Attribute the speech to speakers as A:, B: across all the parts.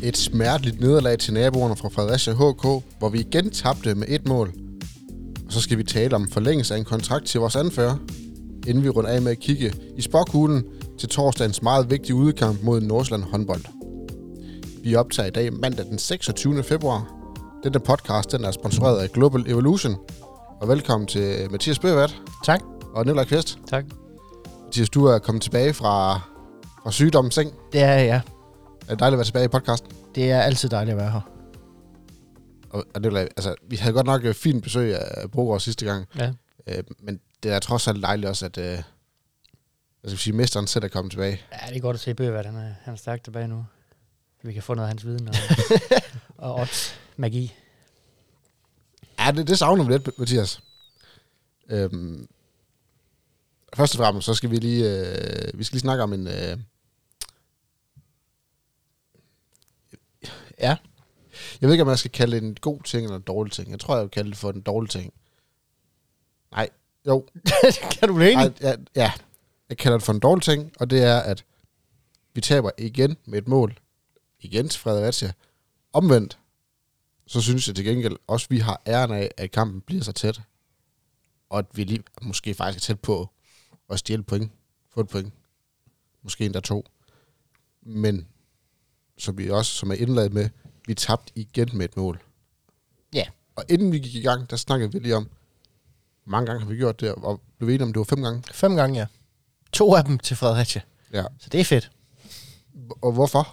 A: Et smerteligt nederlag til naboerne fra Fredericia HK, hvor vi igen tabte med 1 mål. Og så skal vi tale om forlængelse af en kontrakt til vores anfører, inden vi runder af med at kigge i sporkuglen til torsdagens meget vigtige udekamp mod Nordsjælland håndbold. Vi optager i dag mandag den 26. februar. Denne podcast den er sponsoreret af Global Evolution. Og velkommen til Mathias Bøgevat.
B: Tak.
A: Og Nikolaj Kvist.
B: Tak.
A: Mathias, du er kommet tilbage fra sygdommens seng.
B: Det er jeg.
A: Er det dejligt at være tilbage i podcasten?
B: Det er altid dejligt at være her.
A: Og Nikolaj, altså, vi havde godt nok fint besøg af Brogård sidste gang.
B: Ja.
A: Men det er trods alt dejligt også, at mesteren selv er kommet tilbage.
B: Ja, det er godt at se Bøgevat. Han er stærkt tilbage nu. Vi kan få noget af hans viden og odds magi.
A: Ja, det savner vi lidt, Mathias. Først og fremmest, så skal vi lige snakke om en... Ja. Jeg ved ikke, om jeg skal kalde det en god ting eller en dårlig ting. Jeg tror, jeg vil kalde det for en dårlig ting. Nej, jo.
B: Kan du blive enig?
A: Ja, jeg kalder det for en dårlig ting, og det er, at vi taber igen med et mål. Igen til Fredericia. Omvendt, så synes jeg til gengæld også, vi har æren af, at kampen bliver så tæt. Og at vi lige måske faktisk er tæt på at stjæle point. Få et point. Måske endda 2. Men som er indladet med, vi tabte igen med et mål.
B: Ja.
A: Og inden vi gik i gang, der snakkede vi lige om, hvor mange gange har vi gjort det, og blev vi enige om, det var 5 gange?
B: 5 gange, ja. 2 af dem til Fredericia.
A: Ja.
B: Så det er fedt.
A: Og hvorfor?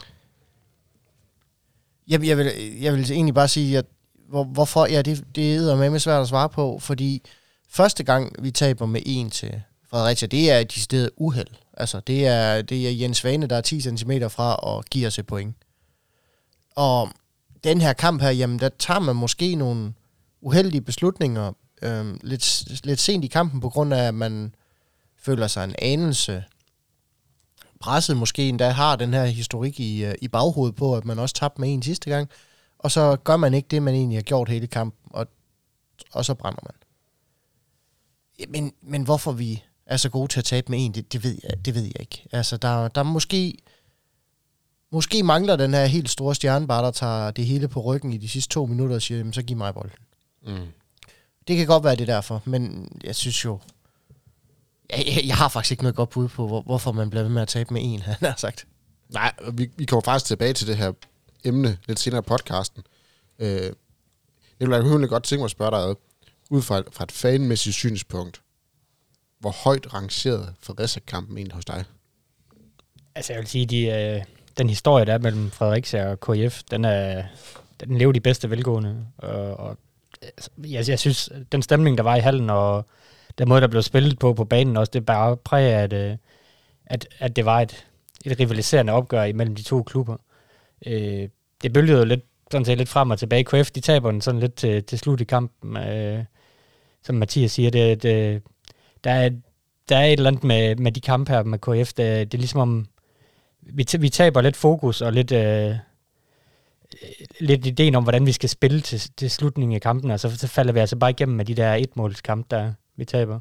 B: Jeg vil egentlig bare sige, at hvorfor? Ja, det er med svært at svare på, fordi første gang, vi taber med 1 til Fredericia, det er et decideret uheld. Altså, det er Jens Svane, der er 10 cm fra at give os et point. Og den her kamp her, jamen, der tager man måske nogle uheldige beslutninger lidt sent i kampen, på grund af, at man føler sig en anelse presset, måske endda har den her historik i baghovedet på, at man også tabte med 1 sidste gang, og så gør man ikke det, man egentlig har gjort hele kampen, og så brænder man. Men hvorfor vi er så gode til at tabe med 1, det ved jeg ikke. Altså, der måske mangler den her helt store stjerne, bare der tager det hele på ryggen i de sidste 2 minutter og siger, jamen, så giv mig bolden. Mm. Det kan godt være det derfor, men jeg synes jo, jeg har faktisk ikke noget godt bud på, hvorfor man bliver ved med at tabe med 1, han har sagt.
A: Nej, vi kommer faktisk tilbage til det her emne lidt senere i podcasten. Jeg vil godt tænke mig at spørge dig, ud fra et fanmæssigt synspunkt, hvor højt rangeret Fredericia-kampen egentlig hos dig?
C: Altså jeg vil sige, den historie, der er mellem Fredericia og KF, den lever de bedste velgående. Og jeg synes, den stemning, der var i hallen, og den måde, der blev spillet på banen også, det bare præger, at det var et rivaliserende opgør imellem de to klubber. Det bølgede jo lidt frem og tilbage. KF, de taber den sådan lidt til slut i kampen. Som Mathias siger, der er et eller andet med de kampe her med KF. Det er ligesom om, vi taber lidt fokus og lidt ideen om, hvordan vi skal spille til slutningen af kampen, og så falder vi altså bare igennem med de der 1-målskampe, der vi taber.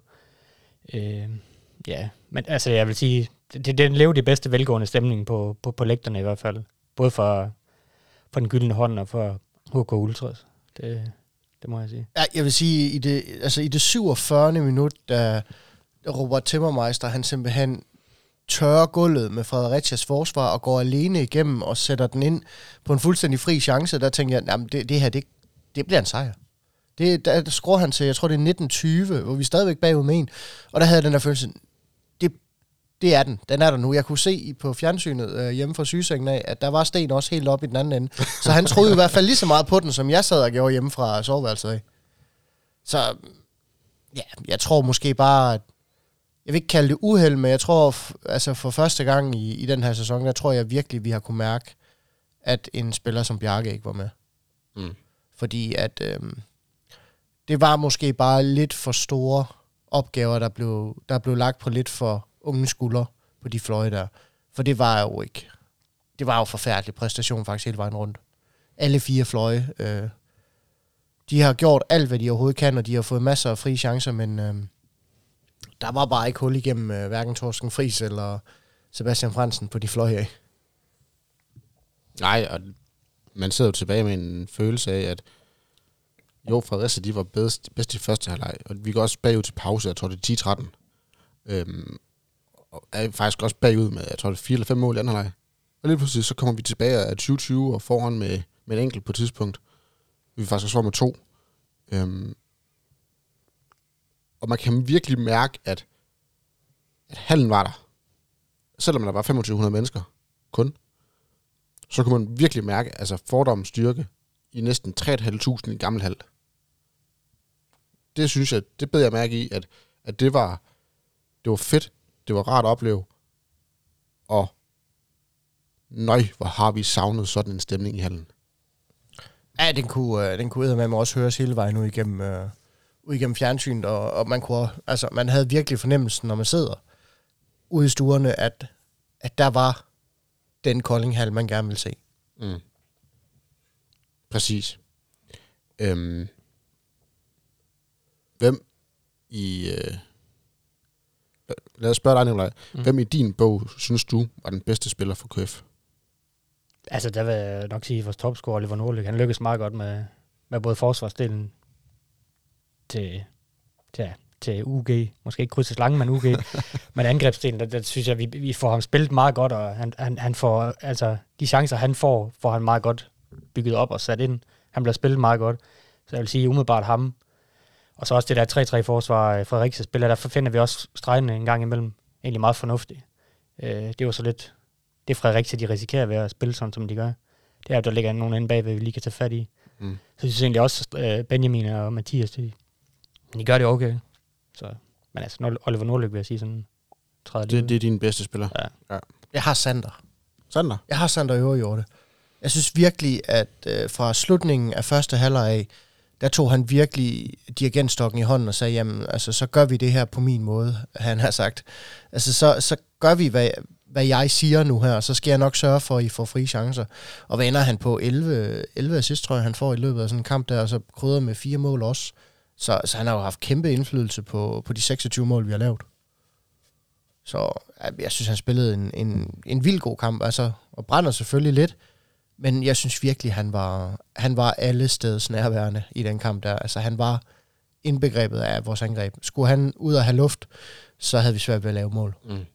C: Ja, men altså jeg vil sige, det lever de bedste velgående stemning på lægterne i hvert fald. Både for den gyldne hånd og for HK Ultras. Det må jeg sige.
B: Ja, jeg vil sige, i det 47. minut, da Robert Timmermeister, han simpelthen tørrer gulvet med Fredericias forsvar og går alene igennem og sætter den ind på en fuldstændig fri chance, der tænker jeg, jamen det her, det bliver en sejr. Der skruer han til, jeg tror det er 19:20, hvor vi stadigvæk bagud med 1, og der havde jeg den der følelse, det er den er der nu. Jeg kunne se på fjernsynet hjemme fra sygesengen af, at der var Sten også helt op i den anden ende. Så han troede i hvert fald lige så meget på den, som jeg sad og gjorde hjemme fra soveværelset af. Så ja, jeg tror måske bare, at jeg vil ikke kalde det uheld, men jeg tror, altså for første gang i den her sæson, der tror jeg virkelig, vi har kunne mærke, at en spiller som Bjarke ikke var med. Mm. Fordi at det var måske bare lidt for store opgaver, der blev lagt på lidt for unge skuldre på de fløje der. For det var jo ikke. Det var jo forfærdelig præstation faktisk hele vejen rundt. Alle 4 fløje. De har gjort alt, hvad de overhovedet kan, og de har fået masser af frie chancer, men der var bare ikke hul igennem hverken Torsten Friis eller Sebastian Fransen på de fløje af.
A: Nej, og man sidder jo tilbage med en følelse af, at jo, Fredericia, de var bedst i første halvleg, og vi går også bagud til pause, jeg tror det er 10-13. Og er faktisk også bagud med, jeg tror det er 4 eller 5 mål i anden halvleg. Og lige pludselig, så kommer vi tilbage af 2020 og foran med en enkelt på et tidspunkt. Vi faktisk også var med 2. Og man kan virkelig mærke, at hallen var der. Selvom der var 2500 mennesker kun, så kunne man virkelig mærke, altså fordommens styrke i næsten 3.500 i gammel hal. Det synes jeg, det bed jeg mærke i, at det var fedt, det var rart at opleve, og nøj, hvor har vi savnet sådan en stemning i hallen.
B: Ja, den kunne med mig også høres hele vejen ud igennem fjernsynet, og man havde virkelig fornemmelsen, når man sidder ude i stuerne, at der var den Koldinghal, man gerne vil se.
A: Mm. Præcis. Hvem i... lad os spørge dig, Nicolaj. Hvem i din bog, synes du, var den bedste spiller for KF?
C: Altså, der vil jeg nok sige, at vores topscorer, Oliver Nordlyk, han lykkedes meget godt med både forsvarsdelen til UG. Måske ikke krydsets lange, men UG. Men angrebsdelen, der synes jeg, vi får ham spillet meget godt, og han får, altså, de chancer, han får han meget godt bygget op og sat ind. Han bliver spillet meget godt. Så jeg vil sige, umiddelbart ham. Og så også det der 3-3-forsvar, Fredericia spiller, der finder vi også stregene en gang imellem. Egentlig meget fornuftigt. Det var så lidt... Det Fredericia, de risikerer ved at spille sådan, som de gør. Det er, at der ligger nogen inde bagved, vi lige kan tage fat i. Så jeg synes egentlig også, Benjamin og Mathias, de gør det okay. Så, men altså, Oliver Nordlyk vil jeg sige sådan...
A: Det er din bedste spiller?
C: Ja.
B: Jeg har Sander.
A: Sander?
B: Jeg har Sander Øverjorte. Jeg synes virkelig, at fra slutningen af første halvleg af, der tog han virkelig dirigentstokken i hånden og sagde, jamen, altså, så gør vi det her på min måde, han har sagt. Altså, så gør vi, hvad jeg siger nu her, så skal jeg nok sørge for, at I får frie chancer. Og hvad ender han på? 11 assist, tror jeg, han får i løbet af sådan en kamp der, og så krydder med 4 mål også. Så han har jo haft kæmpe indflydelse på de 26 mål, vi har lavet. Så jeg synes, han spillede en vild god kamp, altså, og brænder selvfølgelig lidt, men jeg synes virkelig, han var alle steds nærværende i den kamp der. Altså, han var indbegrebet af vores angreb. Skulle han ud og have luft, så havde vi svært ved at lave mål.
A: Mm.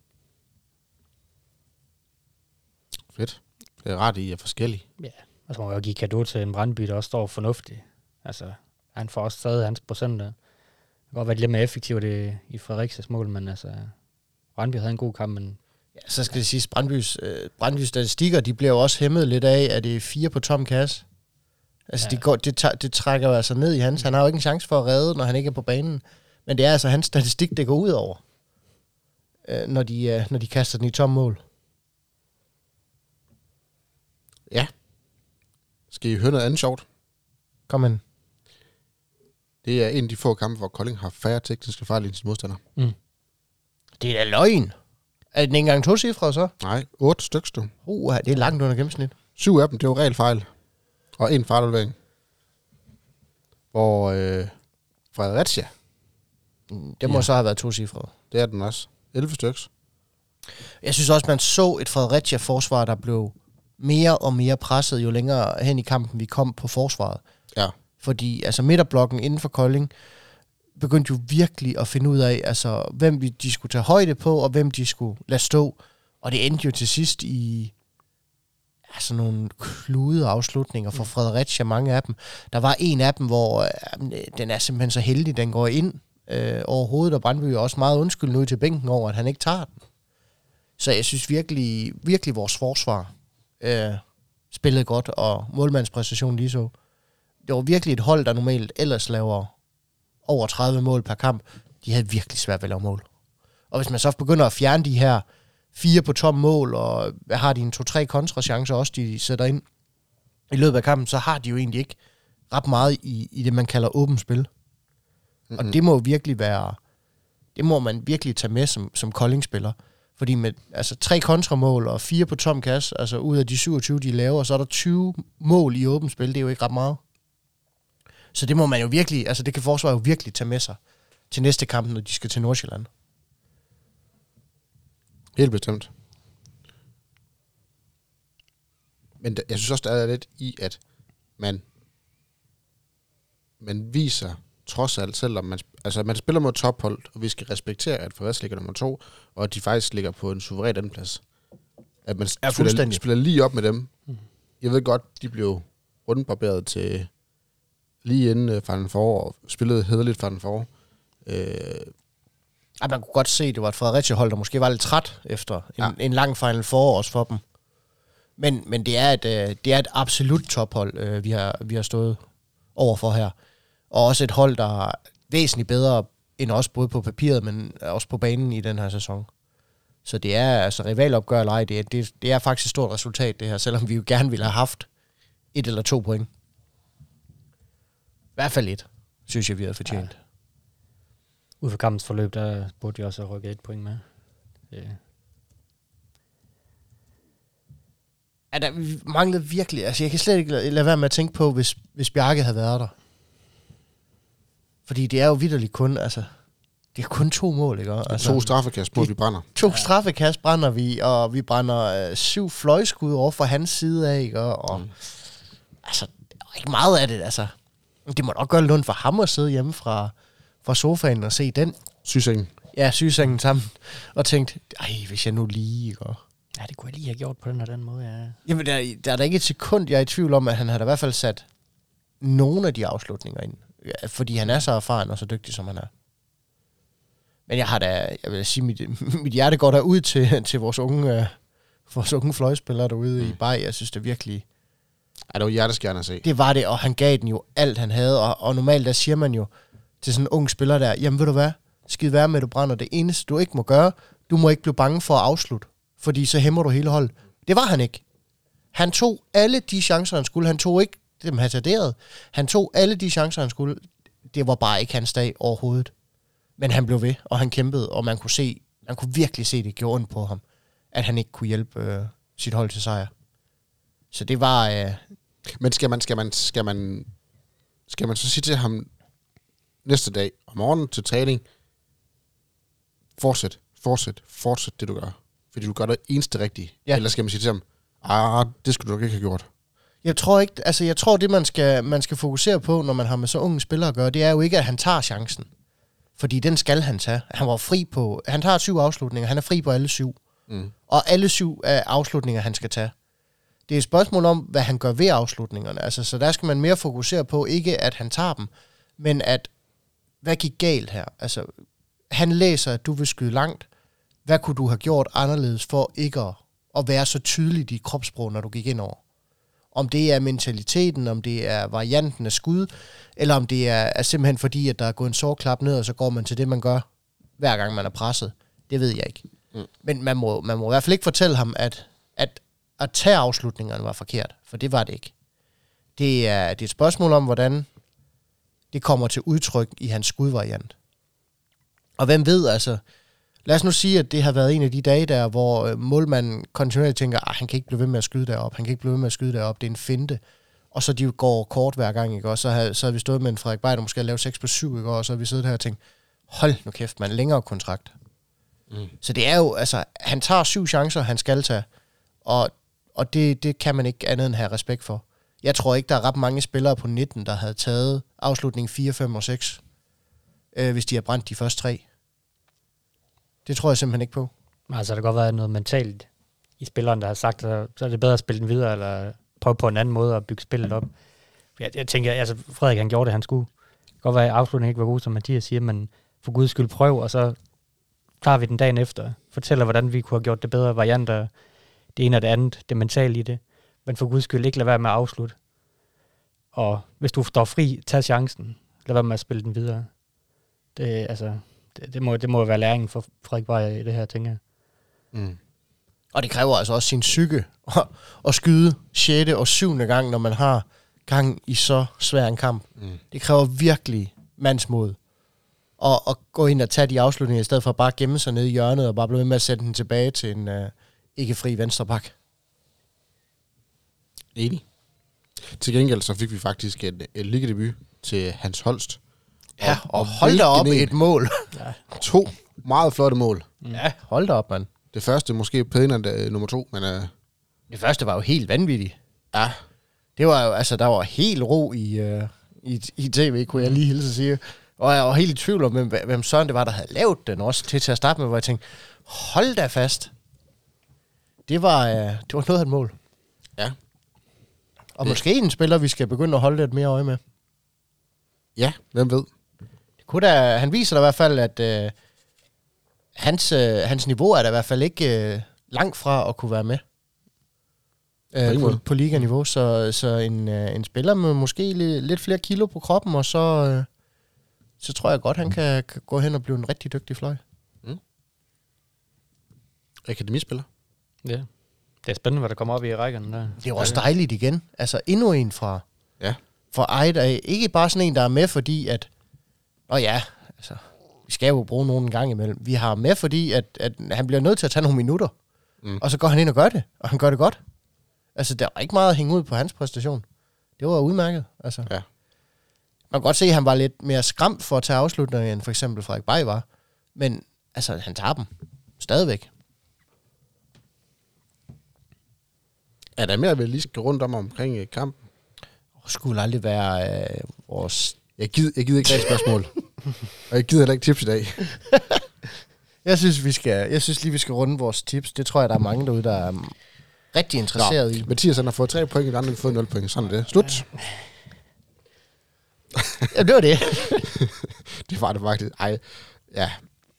A: Fedt. Det er ret, I er forskellige.
C: Ja, og så må jeg jo give cadeau til en Brandby, der også står fornuftigt. Altså, han får også stadig hans procenter. Det kan godt være lidt mere effektivt i Fredericias mål, men altså, Brandby havde en god kamp, men...
B: Ja, så skal det siges, Brandbys statistikker, de bliver jo også hæmmet lidt af, at det er 4 på tom kasse. Altså, ja. Det trækker jo altså ned i hans. Han har jo ikke en chance for at redde, når han ikke er på banen. Men det er altså hans statistik, det går ud over, når de kaster den i tom mål.
A: Ja. Skal I høre noget andet sjovt?
B: Kom ind.
A: Det er en af de få kampe, hvor Kolding har færre tekniske fejl i sin modstander.
C: Mm.
B: Det er da løgn. Er den ikke engang 2 cifre så?
A: Nej, 8 stykker, du.
B: Det er langt under gennemsnit.
A: 7 af dem, det var reelt fejl. Og en fejludværing. Hvor Fredericia.
B: Det må så have været 2 cifre.
A: Det er den også. 11 stykker.
B: Jeg synes også, man så et Fredericia-forsvar, der blev mere og mere presset, jo længere hen i kampen vi kom på forsvaret.
A: Ja.
B: Fordi altså midterblokken inden for Kolding begyndte jo virkelig at finde ud af, altså hvem de skulle tage højde på, og hvem de skulle lade stå. Og det endte jo til sidst i altså nogle klude afslutninger for Fredericia, mange af dem. Der var en af dem, hvor den er simpelthen så heldig, den går ind overhovedet, og Brandby er også meget undskyld nu til bænken over, at han ikke tager den. Så jeg synes virkelig vores forsvar spillede godt, og målmandspræstationen lige så. Det var virkelig et hold, der normalt ellers laver over 30 mål per kamp. De havde virkelig svært ved at lave mål. Og hvis man så begynder at fjerne de her 4 på tom mål, og har de en 2-3 kontrachancer også, de sætter ind i løbet af kampen, så har de jo egentlig ikke ret meget i det, man kalder åbent spil. Mm-hmm. Og det må virkelig være, det må man virkelig tage med som Kolding-spiller. Fordi med altså 3 kontramål og 4 på tom kasse, altså ud af de 27, de laver, så er der 20 mål i åbent spil. Det er jo ikke ret meget. Så det må man jo virkelig, altså det kan forsvaret jo virkelig tage med sig til næste kamp, når de skal til Nordsjælland.
A: Helt bestemt. Men jeg synes også, der er lidt i, at man viser trods alt, selvom man spiller mod tophold, og vi skal respektere, at Fredericia ligger nummer 2, og at de faktisk ligger på en suveræn andenplads. At man spiller lige op med dem. Jeg ved godt, de blev rundbarberet til lige inden Final Four, og spillede hederligt Final Four.
B: Man kunne godt se, at det var et Fredericia-hold, der måske var lidt træt efter en lang Final Four også for dem. Men det er et absolut tophold, vi har stået overfor her. Og også et hold, der er væsentligt bedre end os, både på papiret, men også på banen i den her sæson. Så det er altså rivalopgør eller ej, det er faktisk et stort resultat det her, selvom vi jo gerne ville have haft 1 eller 2 point. I hvert fald 1, synes jeg, vi havde fortjent. Ja.
C: Ud fra kampens forløb, der burde de også have rykket 1 point med.
B: Ja, der manglede virkelig, altså jeg kan slet ikke lade være med at tænke på, hvis Bjarke havde været der. Fordi det er jo vitterligt kun, altså, det er kun 2 mål, ikke? Altså,
A: 2 straffekast på, vi brænder.
B: 2 straffekast brænder vi, og vi brænder 7 fløjskud over fra hans side af, ikke? Og altså, der er ikke meget af det, altså. Det må nok gøre lidt ondt for ham at sidde hjemme fra sofaen og se den.
A: Sygesengen.
B: Ja, sygesengen sammen. Og tænkte, hvis jeg nu lige, ikke?
C: Ja, det kunne jeg lige have gjort på den og den måde, ja.
B: Jamen, der er da ikke et sekund, jeg er i tvivl om, at han har da i hvert fald sat nogle af de afslutninger ind. Ja, fordi han er så erfaren og så dygtig, som han er. Men jeg vil sige, mit hjerte går der ud til vores unge fløjspillere derude i Bay. Jeg synes det virkelig...
A: Ja, det var hjerteskærende at se.
B: Det var det, og han gav den jo alt, han havde. Og normalt, der siger man jo til sådan en ung spiller der, jamen ved du hvad, skid være med, at du brænder. Det eneste, du ikke må gøre, du må ikke blive bange for at afslutte, fordi så hæmmer du hele holdet. Det var han ikke. Han tog alle de chancer, han skulle. Han tog ikke dem hasarderede. Han tog alle de chancer, han skulle. Det var bare ikke hans dag overhovedet. Men han blev ved, og han kæmpede, og man kunne virkelig se, det gjorde ondt på ham, at han ikke kunne hjælpe sit hold til sejr. Så det var...
A: Men skal man så sige til ham næste dag om morgenen til træning, fortsæt det, du gør. Fordi du gør det eneste rigtige. Ja. Eller skal man sige til ham, det skulle du nok ikke have gjort.
B: Jeg tror det, man skal fokusere på, når man har med så unge spillere at gøre, det er jo ikke, at han tager chancen. Fordi den skal han tage. Han tager 7 afslutninger, han er fri på alle 7. Og alle 7 er afslutninger, han skal tage. Det er et spørgsmål om, hvad han gør ved afslutningerne. Altså, så der skal man mere fokusere på, ikke at han tager dem, men at, hvad gik galt her? Altså, han læser, at du vil skyde langt. Hvad kunne du have gjort anderledes for ikke at være så tydelig i kropssprog, når du gik ind over? Om det er mentaliteten, om det er varianten af skud, eller om det er simpelthen fordi, at der er gået en sårklap ned, og så går man til det, man gør, hver gang man er presset. Det ved jeg ikke. Men man må i hvert fald ikke fortælle ham, at tage afslutningerne var forkert, for det var det ikke. Det er et spørgsmål om, hvordan det kommer til udtryk i hans skudvariant. Og hvem ved, altså, lad os nu sige, at det har været en af de dage der, hvor målmanden kontinuerligt tænker, han kan ikke blive ved med at skyde derop, det er en finte, og så de går kort hver gang, ikke? Og så havde vi stået med en Frederik Bay, der måske lave 6+7, ikke? Og så har vi siddet her og tænkt, hold nu kæft, man, længere kontrakt. Så det er jo, altså, han tager 7 chancer, han skal tage, og det kan man ikke andet end have respekt for. Jeg tror ikke, der er ret mange spillere på 19, der havde taget afslutning 4, 5 og 6, hvis de har brændt de første 3. Det tror jeg simpelthen ikke på.
C: Altså, der kan godt være noget mentalt i spilleren, der har sagt, så er det bedre at spille den videre, eller prøve på en anden måde at bygge spillet op. Jeg tænker, altså, Frederik, han gjorde det, han skulle. Det kan godt være, at afslutningen ikke var god, som Mathias siger, men for guds skyld prøv, og så klarer vi den dagen efter. Fortæller, hvordan vi kunne have gjort det bedre, varianter, det ene og det andet, det mentale i det. Men for guds skyld ikke lade være med at afslutte. Og hvis du står fri, tag chancen. Lad være med at spille den videre. Det må være læringen for Frederik Bay i det her, tænker jeg.
B: Og det kræver altså også sin psyke at skyde 6. og 7. gang, når man har gang i så svær en kamp. Det kræver virkelig mandsmod at gå ind og tage de afslutninger, i stedet for at bare gemme sig nede i hjørnet og bare blive med at sætte den tilbage til en ikke fri venstreback.
A: Enig. Til gengæld så fik vi faktisk en ligadebut til Hans Holst.
B: Ja, og hold da op et mål.
A: Ja. 2 meget flotte mål.
B: Ja, hold da op, mand.
A: Det første måske pædere end nummer 2, men...
B: Det første var jo helt vanvittigt.
A: Ja.
B: Det var jo, altså, der var helt ro i tv, kunne jeg lige hilse at sige. Og jeg var helt i tvivl om, hvem Søren det var, der havde lavet den også til at starte med, hvor jeg tænkte, hold da fast. Det var noget af et mål.
A: Ja.
B: Og måske en spiller, vi skal begynde at holde lidt mere øje med.
A: Ja, hvem ved?
B: Det kunne da, han viser da i hvert fald, at hans niveau er da i hvert fald ikke langt fra at kunne være med på liganiveau. Så en spiller med måske lidt flere kilo på kroppen, og så tror jeg godt, han kan gå hen og blive en rigtig dygtig fløj.
A: Akademispiller.
C: Ja. Det er spændende, hvad der kommer op i rækkerne der.
B: Det er jo også dejligt igen. Altså endnu en fra Eid af. Ikke bare sådan en, der er med, fordi at... altså, vi skal jo bruge nogen en gang imellem. Vi har med, fordi at han bliver nødt til at tage nogle minutter. Og så går han ind og gør det. Og han gør det godt. Altså, der var ikke meget at hænge ud på hans præstation. Det var udmærket. Altså.
A: Ja.
B: Man kan godt se, at han var lidt mere skræmt for at tage afslutninger, end for eksempel Frederik Bay var. Men altså, han tager dem. Stadigvæk.
A: Er der mere, vi lige skal rundt omkring kampen?
B: Skulle aldrig være vores...
A: Jeg gider ikke rigtig spørgsmål. Og jeg gider heller ikke tips i dag.
B: Jeg synes lige, vi skal runde vores tips. Det tror jeg, der er mange derude, der er rigtig interesseret i.
A: Mathias, han har fået 3 point, og andre har fået 0 point. Sådan er det. Slut.
B: Ja, det var det.
A: Det var det faktisk. Ej, ja.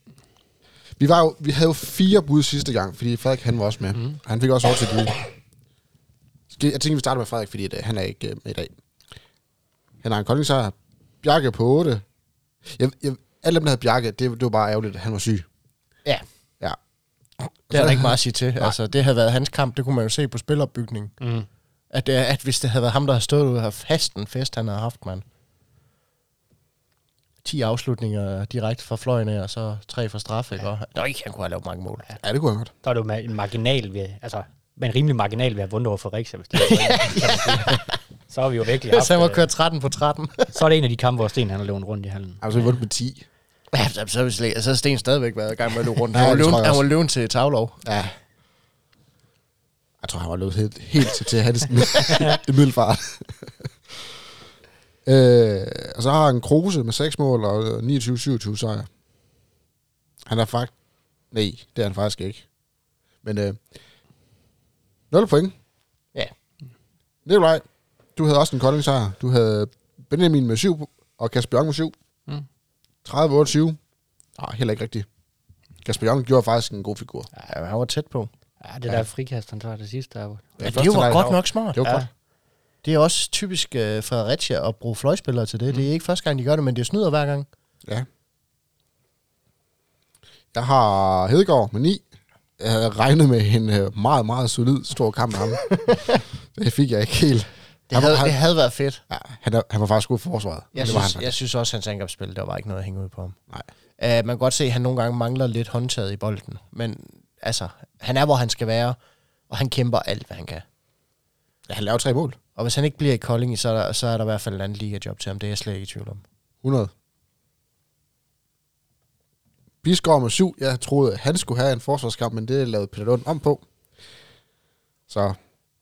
A: Vi havde jo 4 bud sidste gang, fordi Frederik, han var også med. Og han fik også over til bud. Jeg tænker, vi starter med Frederik, fordi han er ikke med i dag. Han har en Kolding-sejr. Bjarke på 8. Alle dem, der havde Bjarke, det var bare ærgerligt, at han var syg.
B: Ja.
A: Ja.
B: Det er der ikke meget at sige til. Altså, det havde været hans kamp, det kunne man jo se på spilopbygningen. At hvis det havde været ham, der havde stået ud og haft fest, han havde haft, mand. 10 afslutninger direkte fra fløjen af, og så 3 fra straf, ikke? Og han kunne have lavet mange mål.
A: Ja, det kunne han godt.
C: Der er det jo med en marginal ved, altså med en rimelig marginal ved at vundet over Fredericia, hvis det så har vi jo virkelig haft...
B: Så han var kørt 13 på 13.
C: Så er det en af de kampe, hvor Sten han har løbet rundt i hallen.
A: Altså, vi vundet med 10.
B: Ja, så har Sten stadigvæk været i gang med at løbe rundt.
A: Ja,
B: Han var løven til Tavlov.
A: Ja. Jeg tror, han var løbet helt til at have det middelfart. Og så har han Kruse med 6 mål og 29-27 sejr. Han er faktisk... Nej, det er han faktisk ikke. Men 0 point.
B: Ja.
A: Nikolaj, du havde også en Kolding-sejr. Du havde Benjamin med 7 og Kasper Jong med 7. 30-28. Heller ikke rigtigt. Kasper Jong gjorde faktisk en god figur.
B: Ja, han var tæt på.
C: Ja, det der frikast, han tager det sidste der.
B: Ja, det var godt nok smart.
A: Det var godt.
B: Det er også typisk Fredericia at bruge fløjspillere til det. Det er ikke første gang, de gør det, men det snyder hver gang.
A: Ja. Jeg har Hedegaard med 9. Jeg havde regnet med en meget, meget solid stor kamp med ham. Det fik jeg ikke helt.
B: Det havde været fedt.
A: Ja, han var faktisk god for forsvaret.
B: Jeg synes også, hans angrebsspil, der var ikke noget at hænge ud på ham.
A: Nej.
B: Man kan godt se, at han nogle gange mangler lidt håndtaget i bolden. Men altså, han er, hvor han skal være, og han kæmper alt, hvad han kan.
A: Ja, han laver 3 mål.
B: Og hvis han ikke bliver i Kolding, så er der i hvert fald en anden ligajob til ham. Det er jeg slet ikke i tvivl om.
A: 100. Bisgaard med 7. Jeg troede, han skulle have en forsvarskamp, men det lavede Peter Lund om på. Så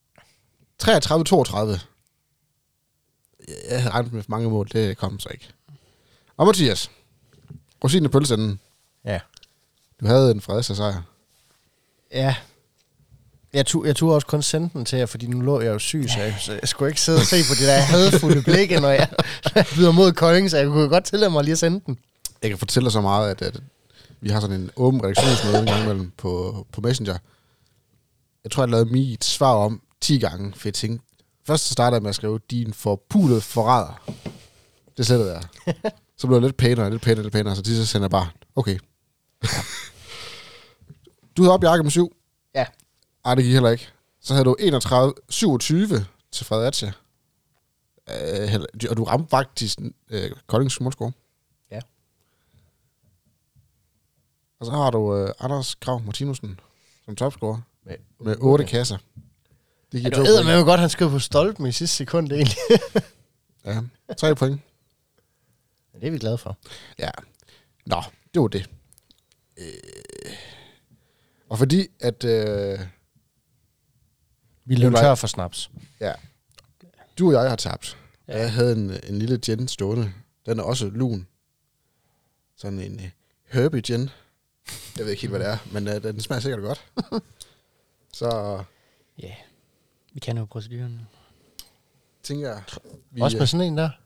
A: 33-32. Jeg havde regnet med mange mål, det kom så ikke. Og Mathias, rosinen i pølseenden.
B: Ja.
A: Du havde en Fredericia-sejr.
B: Ja. Jeg turde også kun sende den til jer, fordi nu lå jeg jo syg, så jeg skulle ikke sidde og se på det der hadfulde blikke, når jeg byder mod Kolding, så jeg kunne godt tillade mig lige at sende den.
A: Jeg kan fortælle dig så meget, at vi har sådan en åben redaktionsmøde en gang imellem på Messenger. Jeg tror, jeg lavede mit svar om 10 gange, for jeg tænkte, først så startede jeg med at skrive, din forpulede forræder. Det sættede jeg. Så blev det lidt pænere, så til så sender jeg bare, okay. Du havde op Bjarke med 7.
B: Ja.
A: Ej, det gik heller ikke. Så havde du 31-27 til Fredericia. Og du ramte faktisk Koldings målscore.
B: Ja.
A: Og så har du Anders Krav Martinussen som topscorer med 8 kasser.
B: Det giver 2 point. Det var godt, han skrev på stolpen i sidste sekund egentlig.
A: Ja, 3 point.
B: Ja, det er vi glade for.
A: Ja. Nå, det var det. Og fordi at...
B: Vi løb tør for snaps.
A: Ja. Du og jeg har tabt.
C: Ja.
A: Jeg havde en lille gin stående. Den er også lun. Sådan en Herbie gin. Jeg ved ikke helt, hvad det er, men den smager sikkert godt. Så
C: Ja, vi kender jo proceduren.
A: tænker jeg...
B: Også med sådan en der?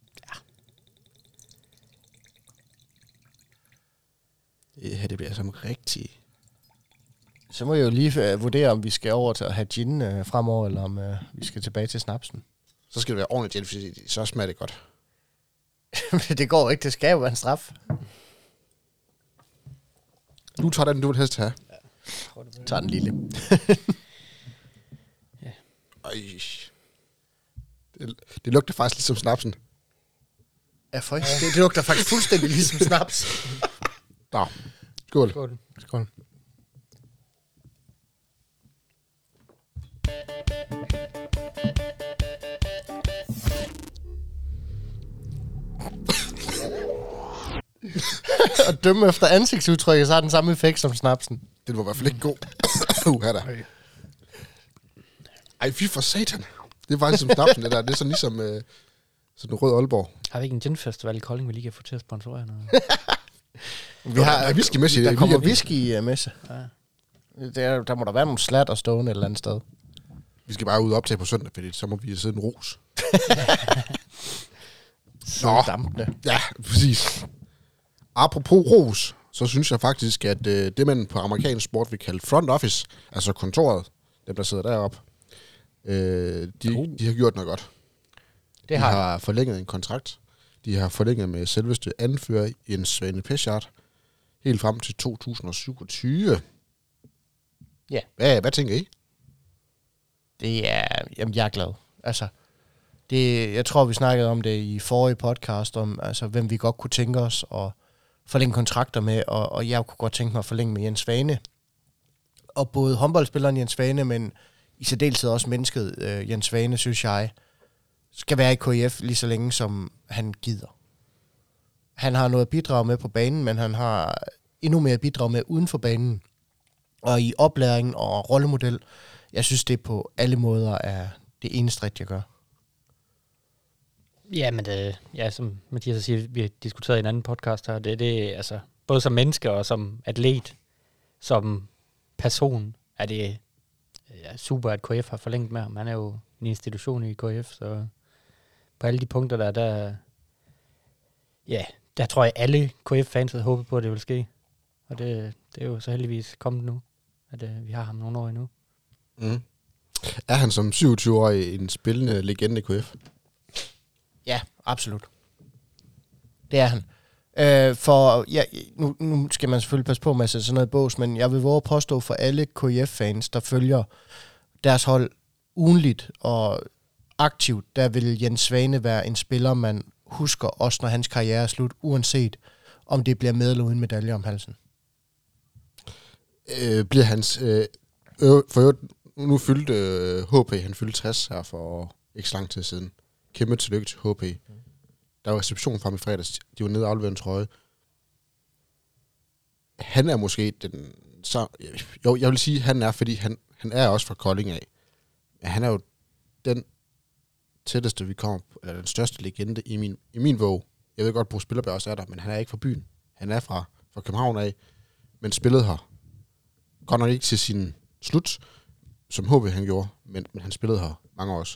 A: Ja, det bliver sådan rigtig...
B: Så må jeg jo lige vurdere, om vi skal over til at have gin fremover, eller om vi skal tilbage til snapsen.
A: Så skal det være ordentligt gin, fordi så smager det godt.
B: Det går ikke, det skal jo være en straf.
A: Du tager den, du vil helst have.
B: Tag den lille.
A: Ej. Det lugter faktisk ligesom snapsen.
B: Ja, det lugter faktisk fuldstændig ligesom snaps.
A: Nå, skål.
C: Skål.
B: Skål. Og dømme efter ansigtsudtrykket, så har den samme effekt som snapsen.
A: Den var i hvert fald ikke god. Her der. Ej, fy for satan. Det er faktisk som snapsen, det der. Det er sådan ligesom sådan en rød Aalborg.
C: Har vi ikke en ginfestival i Kolding, vi lige kan få til at sponsorere noget?
A: Vi har whisky med sig.
B: Der kommer whisky med sig.
C: Ja.
B: Der må der være nogle slatter stående et eller andet sted.
A: Vi skal bare ud og optage på søndag, fordi så må vi sidde en ros.
B: Så dampende.
A: Ja, præcis. Apropos ros, så synes jeg faktisk, at det man på amerikansk sport vil kalde front office, altså kontoret, dem der sidder deroppe, de har gjort noget godt. De har forlænget en kontrakt. De har forlænget med selveste anfører Jens Svane Peschardt helt frem til 2027.
B: Ja.
A: Hvad tænker I?
B: Det er... Jamen, jeg er glad. Altså, jeg tror, vi snakkede om det i forrige podcast, om altså, hvem vi godt kunne tænke os at forlænge kontrakter med, og jeg kunne godt tænke mig at forlænge med Jens Svane. Og både håndboldspilleren Jens Svane, men i særdeleshed også mennesket Jens Svane, synes jeg, skal være i KIF lige så længe, som han gider. Han har noget at bidrage med på banen, men han har endnu mere at bidrage med uden for banen. Og i oplæring og rollemodel, jeg synes, det på alle måder er det eneste rigtige, jeg gør.
C: Ja, men som Mathias siger, vi har diskuteret i en anden podcast her, det altså, både som menneske og som atlet, som person, er det super, at KF har forlænget med ham. Han er jo en institution i KF, så på alle de punkter, der tror jeg, alle KF-fans havde håbet på, at det ville ske. Og det er jo så heldigvis kommet nu, at vi har ham nogle år endnu.
A: Mm. Er han som 27-årig en spillende legende i KF?
B: Ja, absolut. Det er han. Nu skal man selvfølgelig passe på med at sætte sådan noget i bås, men jeg vil våge at påstå for alle KIF-fans, der følger deres hold ugenligt og aktivt, der vil Jens Svane være en spiller, man husker også, når hans karriere er slut, uanset om det bliver med eller uden medalje om halsen.
A: Bliver hans... for nu fyldte HP, han fyldte 60 her for ikke så lang tid siden. Kæmpe tillykke til HP. Der var reception frem i fredags. De var nede og afleverede en trøje. Han er måske den... Jo, jeg vil sige, han er, fordi han er også fra Kolding af. Men han er jo den tætteste, vi kommer på, eller den største legende i min våg. Jeg ved godt, at Bo Spillerberg også er der, men han er ikke fra byen. Han er fra København af, men spillede her. Godt nok ikke til sin slut, som HB han gjorde, men han spillede her mange år også.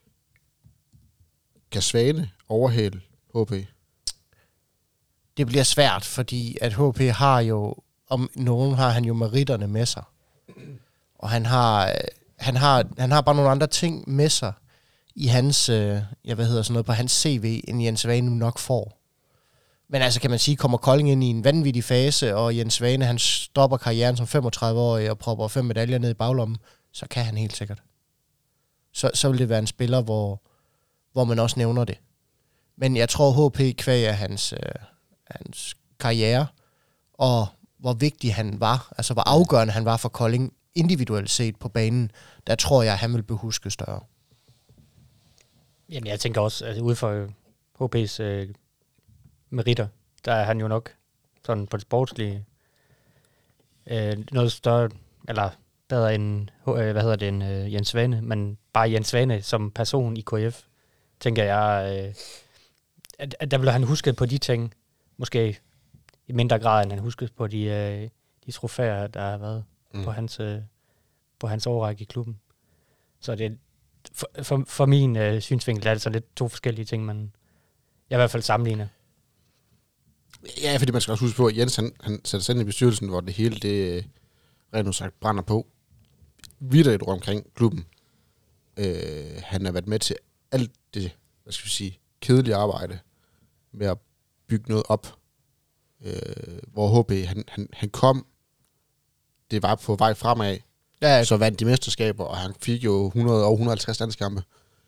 A: Kan Svane overhale HB?
B: Det bliver svært, fordi at HB har jo, om nogen har han jo meritterne med sig. Og han har bare nogle andre ting med sig i hans, på hans CV, end Jens Svane nok får. Men altså kan man sige, kommer Kolding ind i en vanvittig fase, og Jens Svane, han stopper karrieren som 35-årig og propper 5 medaljer ned i baglommen, så kan han helt sikkert. Så vil det være en spiller, hvor man også nævner det. Men jeg tror, HP kvæg hans karriere, og hvor vigtig han var, altså hvor afgørende han var for Kolding individuelt set på banen, der tror jeg, han vil blive husket større.
C: Jamen, jeg tænker også, altså ude for HP's meritter, der er han jo nok sådan på det sportslige noget større, eller bedre end, Jens Svane, men bare Jens Svane som person i KF, tænker jeg, at der vil han huske på de ting, måske i mindre grad, end han huskes på de trofæer, der har været på hans årrække i klubben. Så det for min synsvinkel er det så lidt to forskellige ting, men jeg i hvert fald sammenligner.
A: Ja, fordi man skal også huske på, at Jens han sætter sig ind i bestyrelsen, hvor det hele, det rent sagt brænder på. Vitterligt omkring klubben. Han har været med til alt det, hvad skal vi sige, kedelige arbejde med at bygge noget op. Hvor HB, han kom, det var på vej fremad, så vandt de mesterskaber, og han fik jo 100 og 150 landskampe.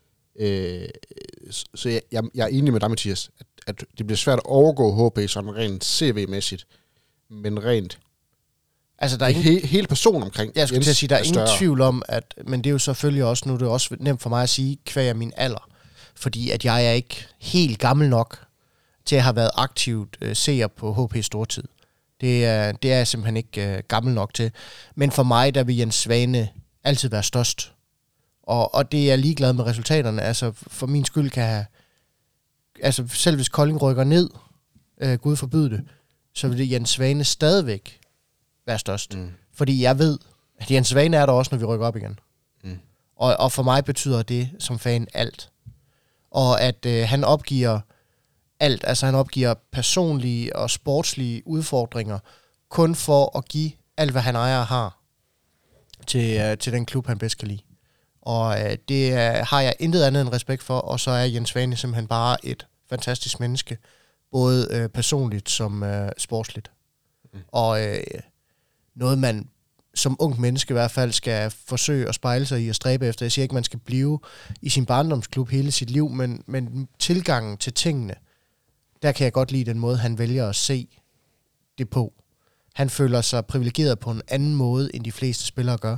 A: Så jeg er enig med dig, Mathias, at det bliver svært at overgå HB sådan rent CV-mæssigt, men rent
B: altså, der er
A: hele personen omkring.
B: Jeg skulle til at sige, der er ingen tvivl om, men det er jo selvfølgelig også, nu er det også nemt for mig at sige, kvæg min alder, fordi at jeg er ikke helt gammel nok til at have været aktivt seer på HB Stortid. Det er jeg simpelthen ikke gammel nok til. Men for mig, der vil Jens Svane altid være størst. Og det er jeg ligeglad med resultaterne. Altså, for min skyld kan have... Altså, selv hvis Kolding rykker ned, Gud forbyde det, så vil det Jens Svane stadigvæk være størst. Fordi jeg ved, at Jens Svane er der også, når vi rykker op igen. Og for mig betyder det som fan alt. Og at han opgiver alt. Altså, han opgiver personlige og sportslige udfordringer, kun for at give alt, hvad han ejer har, til den klub, han bedst kan lide. Og det har jeg intet andet end respekt for, og så er Jens Svane simpelthen bare et fantastisk menneske, både personligt som sportsligt. Og noget, man som ung menneske i hvert fald skal forsøge at spejle sig i og stræbe efter. Jeg siger ikke, man skal blive i sin barndomsklub hele sit liv, men tilgangen til tingene, der kan jeg godt lide den måde, han vælger at se det på. Han føler sig privilegeret på en anden måde, end de fleste spillere gør.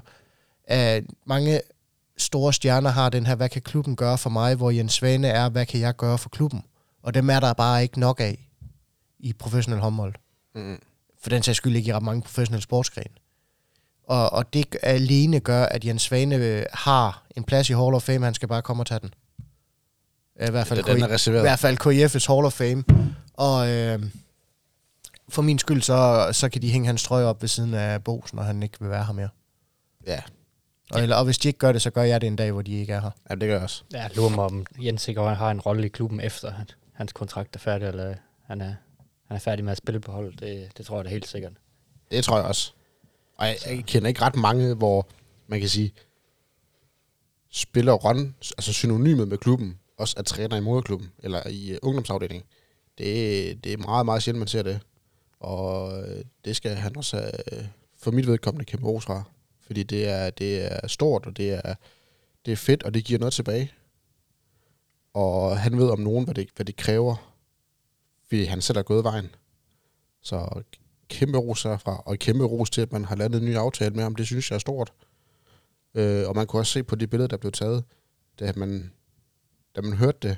B: Mange store stjerner har den her, hvad kan klubben gøre for mig, hvor Jens Svane er, hvad kan jeg gøre for klubben? Og dem er der bare ikke nok af i professionel håndbold. For den sags skyld ikke i ret mange professionelle sportsgrene. Og det alene gør, at Jens Svane har en plads i Hall of Fame, han skal bare komme og tage den. I hvert fald KIF's Hall of Fame. Og for min skyld, så kan de hænge hans trøje op ved siden af Bosen, når han ikke vil være her mere.
A: Ja.
B: Og hvis de ikke gør det, så gør jeg det en dag, hvor de ikke er her.
A: Ja, det gør jeg også.
C: Ja, lurer mig om Jens ikke har en rolle i klubben efter, at hans kontrakt er færdig, eller han er færdig med at spille på holdet. Det tror jeg da helt sikkert.
A: Det tror jeg også. Og jeg kender ikke ret mange, hvor man kan sige, spiller Ron, altså synonymet med klubben, også er træner i moderklubben, eller i ungdomsafdelingen. Det er meget, meget sjældent, man ser det. Og det skal han også for mit vedkommende kæmpe ros fra. Fordi det er stort, og det er fedt, og det giver noget tilbage. Og han ved om nogen, hvad det kræver, fordi han selv er gået vejen. Så kæmpe ros herfra, og kæmpe ros til, at man har landet en ny aftale med ham. Det synes jeg er stort. Og man kunne også se på de billeder, der blev taget, da man hørte det,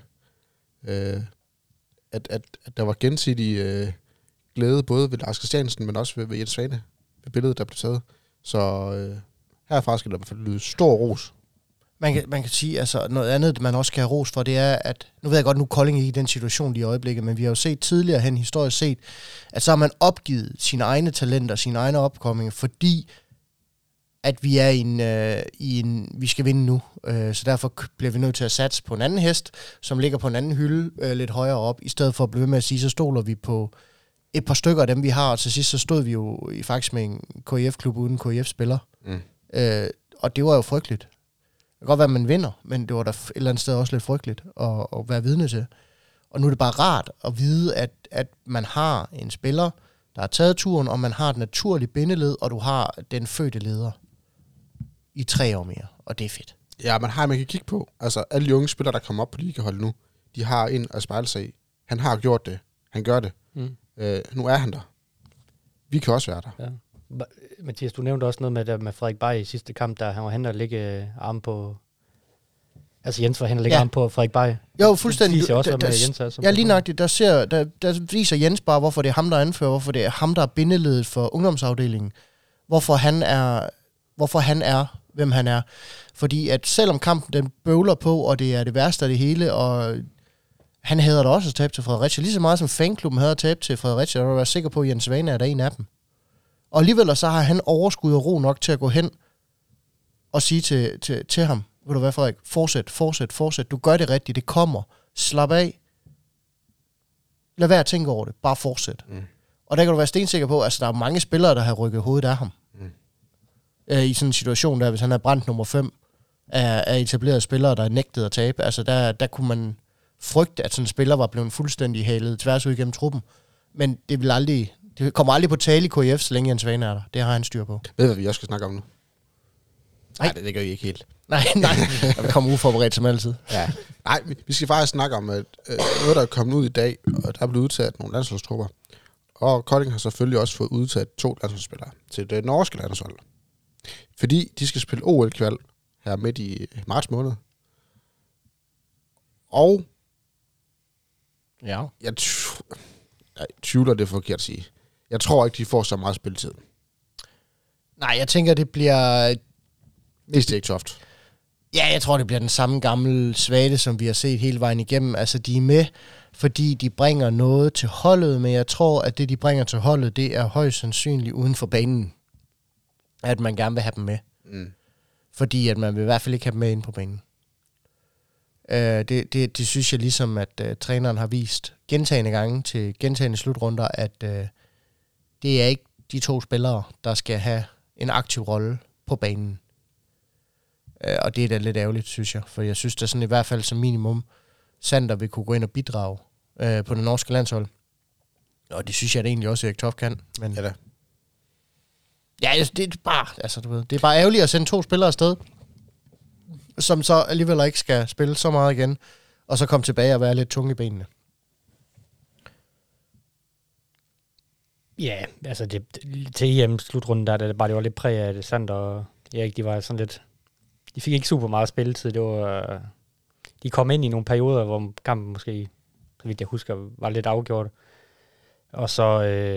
A: at der var gensidig glæde, både ved Lars Christiansen, men også ved Jens Svane, ved billedet, der blev taget. Så herfra skal der i hvert fald lyde stor ros.
B: Man kan sige, altså noget andet, man også skal have ros for, det er, at nu ved jeg godt, nu Kolding ikke i den situation lige i øjeblikket, men vi har jo set tidligere hen, historisk set, at så har man opgivet sine egne talenter, sine egne opkomminger, fordi at vi er i en vi skal vinde nu. Så derfor bliver vi nødt til at satse på en anden hest, som ligger på en anden hylde lidt højere op, i stedet for at blive ved med at sige, så stoler vi på et par stykker af dem, vi har, og til sidst så stod vi jo faktisk med en KIF-klub uden KIF-spiller. Og det var jo frygteligt. Det kan godt være, at man vinder, men det var da et eller andet sted også lidt frygteligt at være vidne til. Og nu er det bare rart at vide, at man har en spiller, der har taget turen, og man har et naturligt bindeled, og du har den fødte leder i 3 år mere, og det er fedt.
A: Ja, man kan kigge på. Altså, alle de unge spillere, der kommer op på ligaholdet nu, de har en at spejle sig i. Han har gjort det. Han gør det. Nu er han der. Vi kan også være der.
C: Ja. Mathias, du nævnte også noget med Frederik Bay i sidste kamp, der han var hen og lægge arm på... Altså Jens var hen og lægge arm på Frederik Bay.
B: Jo, fuldstændig.
C: Det viser også, med Jens er.
B: Ja, lige nøjagtigt. Der viser Jens bare, hvorfor det er ham, der anfører, hvorfor det er ham, der er bindeledet for ungdomsafdelingen. Hvorfor han er hvorfor han er, hvem han er. Fordi at selvom kampen den bøvler på, og det er det værste af det hele, og han hader da også at tabe til Fredericia, lige så meget som fanklubben hader at tabe til Fredericia, og du er sikker på, at Jens Svane er der en af dem. Og alligevel så har han overskud og ro nok til at gå hen og sige til ham, ved du hvad, Frederik, fortsæt, du gør det rigtigt, det kommer, slap af, lad være at tænke over det, bare fortsæt. Og der kan du være stensikker på, altså der er mange spillere, der har rykket hovedet af ham. I sådan en situation der, hvis han er brændt nummer 5 af etablerede spillere, der er nægtet at tabe, altså der kunne man frygte, at sådan en spiller var blevet fuldstændig halet tværs ud igennem truppen. Men det kommer aldrig på tale i KIF, så længe Jens Svane er der. Det har han styr på.
A: Ved du, hvad vi også skal snakke om nu? Nej, det gør I ikke helt.
B: Nej. Jeg vil komme uforberedt som altid.
A: Ja. Nej, vi skal faktisk snakke om at, noget, der er kommet ud i dag, og der er blevet udtaget nogle landsholdstrupper. Og Kolding har selvfølgelig også fået udtaget 2 landsholdsspillere til det norske landshold. Fordi de skal spille OL-kval her midt i marts måned. Og
B: Ja.
A: jeg tvivler, det er forkert at sige. Jeg tror ikke, de får så meget spilletid.
B: Nej, jeg tænker, det bliver...
A: Hvis det ikke toft.
B: Ja, jeg tror, det bliver den samme gamle svage, som vi har set hele vejen igennem. Altså, de er med, fordi de bringer noget til holdet, men jeg tror, at det, de bringer til holdet, det er højst sandsynligt uden for banen. At man gerne vil have dem med. Fordi at man vil i hvert fald ikke have dem med ind på banen. Det synes jeg ligesom, at træneren har vist gentagne gange til gentagne slutrunder, at det er ikke de 2 spillere, der skal have en aktiv rolle på banen. Og det er da lidt ærgerligt, synes jeg. For jeg synes da sådan i hvert fald som minimum, Sander vil kunne gå ind og bidrage på det norske landshold. Og det synes jeg da egentlig også, Erik Toft kan. Men
A: Ja da.
B: ja, det er bare, altså du ved, det er bare ærgerligt at sende 2 spillere afsted, som så alligevel ikke skal spille så meget igen, og så komme tilbage og være lidt tunge i benene.
C: Ja, altså til EM-slutrunden, der det var lidt præg af det. Sander og Erik, de var sådan lidt... De fik ikke super meget spilletid. Det var, de kom ind i nogle perioder, hvor kampen måske, så vidt jeg husker, var lidt afgjort. Og så,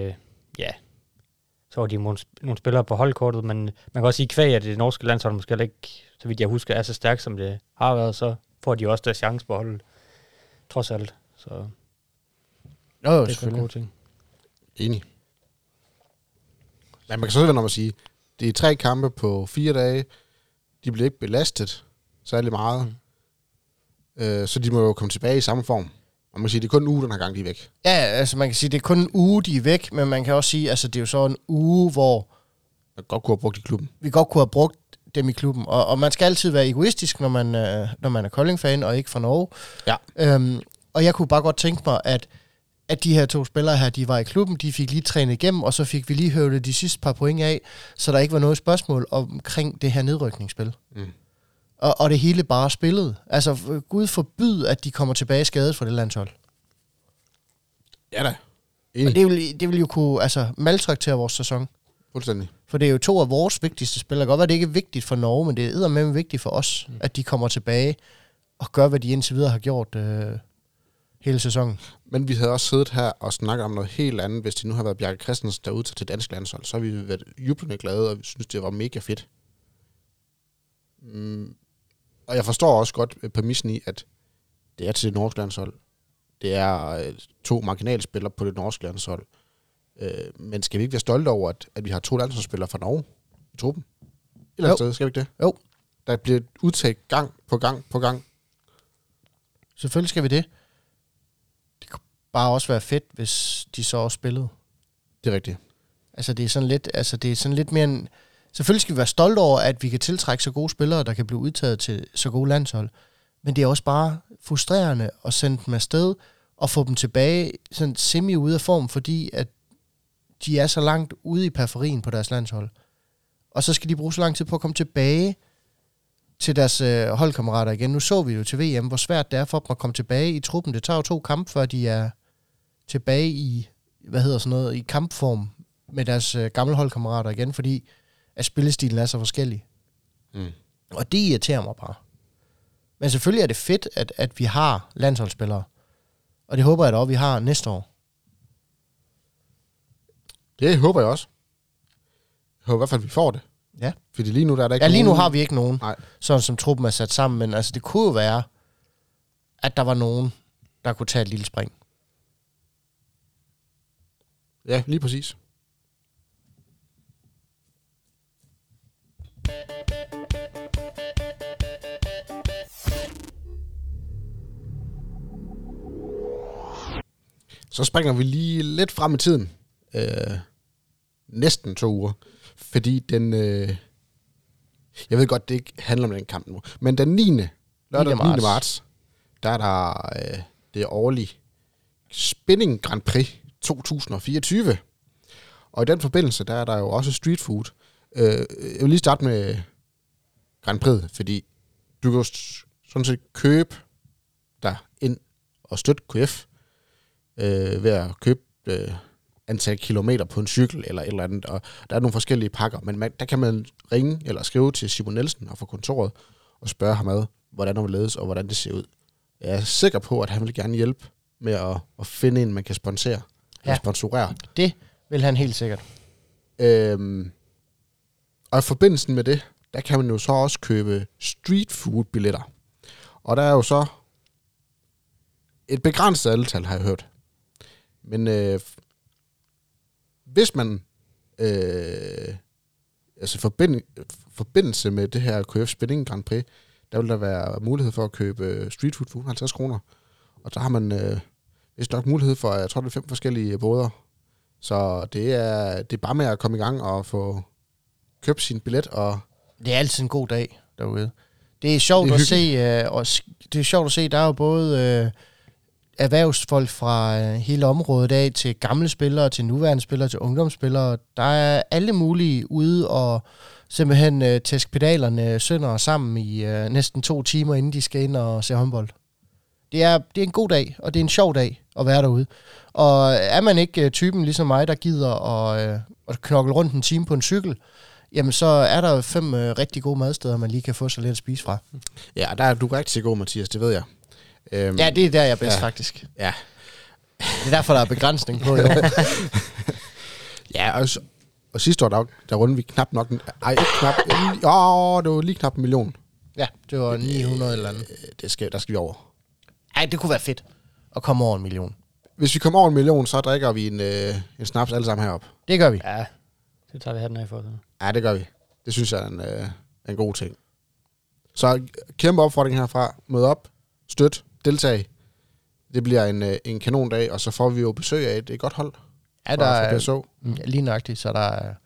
C: så var de nogle spillere på holdkortet, men man kan også sige, kvæg, at det norske landshold måske ikke, så vidt jeg husker, er så stærkt, som det har været, så får de også der chance på holdet, trods alt. Så
B: Jo,
C: det er en god ting.
A: Enig. Men man kan så vende om at sige, det er 3 kampe på 4 dage. De bliver ikke belastet særlig meget. Så de må jo komme tilbage i samme form. Og man kan sige, det er kun en uge, den her gang, de er væk.
B: Ja, altså man kan sige, det er kun en uge, de er væk, men man kan også sige, altså det er jo så en uge, hvor
A: Man godt kunne have brugt i klubben.
B: vi godt kunne have brugt dem i klubben. Og man skal altid være egoistisk, når man er Kolding-fan, og ikke fra Norge.
A: Ja.
B: Og jeg kunne bare godt tænke mig, at de her 2 spillere her, de var i klubben, de fik lige trænet igennem, og så fik vi lige høvlet de sidste par point af, så der ikke var noget spørgsmål omkring det her nedrykningsspil. Og det hele bare spillet. Altså, Gud forbyd, at de kommer tilbage skadet fra det landshold.
A: Ja da.
B: Og
A: Enig.
B: det vil jo kunne maltraktere vores sæson.
A: Fuldstændig.
B: For det er jo 2 af vores vigtigste spillere. Godt være, det ikke er vigtigt for Norge, men det er eddermame vigtigt for os, at de kommer tilbage og gør, hvad de indtil videre har gjort hele sæsonen.
A: Men vi havde også siddet her og snakket om noget helt andet, hvis det nu har været Bjarke Christensen, der er udtaget til dansk landshold. Så har vi været jublende glade, og vi synes, det var mega fedt. Og jeg forstår også godt præmissen i, at det er til det norske landshold. Det er 2 marginalspillere på det norske landshold. Men skal vi ikke være stolte over, at vi har 2 landsholdsspillere fra Norge i truppen? Et eller andet sted, skal vi ikke det?
B: Jo.
A: Der bliver udtaget gang på gang på gang.
B: Selvfølgelig skal vi det. Det kunne bare også være fedt, hvis de så også spillede.
A: Det er rigtigt.
B: Altså det er sådan lidt mere en... Selvfølgelig skal vi være stolte over, at vi kan tiltrække så gode spillere, der kan blive udtaget til så gode landshold. Men det er også bare frustrerende at sende dem afsted og få dem tilbage sådan semi ude af form, fordi at de er så langt ude i periferien på deres landshold. Og så skal de bruge så lang tid på at komme tilbage til deres holdkammerater igen. Nu så vi jo til VM, hvor svært det er for dem at komme tilbage i truppen. Det tager jo 2 kampe, før de er tilbage i, i kampform med deres gamle holdkammerater igen, fordi at spillestilen er så forskellig. Og det irriterer mig bare. Men selvfølgelig er det fedt, at vi har landsholdsspillere. Og det håber jeg da også, vi har næste år.
A: Det håber jeg også. Jeg håber i hvert fald, at vi får det.
B: Ja.
A: Fordi lige nu der er der ikke
B: Ja, lige nu
A: nogen...
B: har vi ikke nogen,
A: Nej.
B: sådan som truppen er sat sammen, men altså det kunne jo være, at der var nogen, der kunne tage et lille spring.
A: Ja, lige præcis. Så springer vi lige lidt frem i tiden. Næsten 2 uger. Fordi den... jeg ved godt, det ikke handler om den kamp nu. Men den 9. lørdag 9. marts, der er der det årlige Spinning Grand Prix 2024. Og i den forbindelse, der er der jo også street food. Jeg vil lige starte med Grand Prix, fordi du kan jo sådan set købe dig ind og støtte KF ved at købe antal kilometer på en cykel eller et eller andet. Og der er nogle forskellige pakker, men der kan man ringe eller skrive til Simon Nielsen og få kontoret og spørge ham ad, hvordan han vil ledes og hvordan det ser ud. Jeg er sikker på, at han vil gerne hjælpe med at finde en, man kan sponsorere.
B: Det vil han helt sikkert.
A: Og i forbindelsen med det, der kan man jo så også købe street food billetter. Og der er jo så et begrænset antal, har jeg hørt. Men hvis man forbindelse med det her KF Spinning Grand Prix, der vil der være mulighed for at købe street food for 50 kroner. Og der har man vist nok mulighed for, jeg tror det er 5 forskellige båder. Så det er bare med at komme i gang og få købt sin billet. Og
B: det er altid en god dag derude. Det er sjovt at se, og det er sjovt at se, der er jo både erhvervsfolk fra hele området af, til gamle spillere, til nuværende spillere, til ungdomsspillere. Der er alle mulige ude og simpelthen tæske pedalerne sønder og sammen i næsten 2 timer, inden de skal ind og se håndbold. Det er en god dag, og det er en sjov dag at være derude. Og er man ikke typen ligesom mig, der gider at knokle rundt en time på en cykel, jamen så er der 5 rigtig gode madsteder, man lige kan få sig lidt at spise fra.
A: Ja, der er du rigtig god, Mathias, det ved jeg.
B: Ja, det er der, jeg er bedst, faktisk.
A: Ja.
B: Det er derfor, der er begrænsning på, jo.
A: Ja, og sidste år, der rundede vi knap nok... det var lige knap 1 million.
B: Ja, det var 900 eller andet.
A: Der skal vi over.
B: Ej, det kunne være fedt at komme over 1 million.
A: Hvis vi kommer over 1 million, så drikker vi en snaps alle sammen heroppe.
B: Det gør vi.
C: Ja, det tager vi hatten af for.
A: Ja, det gør vi. Det synes jeg er en god ting. Så kæmpe opfordring herfra. Mød op, støt, deltag. Det bliver en kanondag, og så får vi jo besøg af et godt hold.
B: Ja, der er lige nøjagtigt, så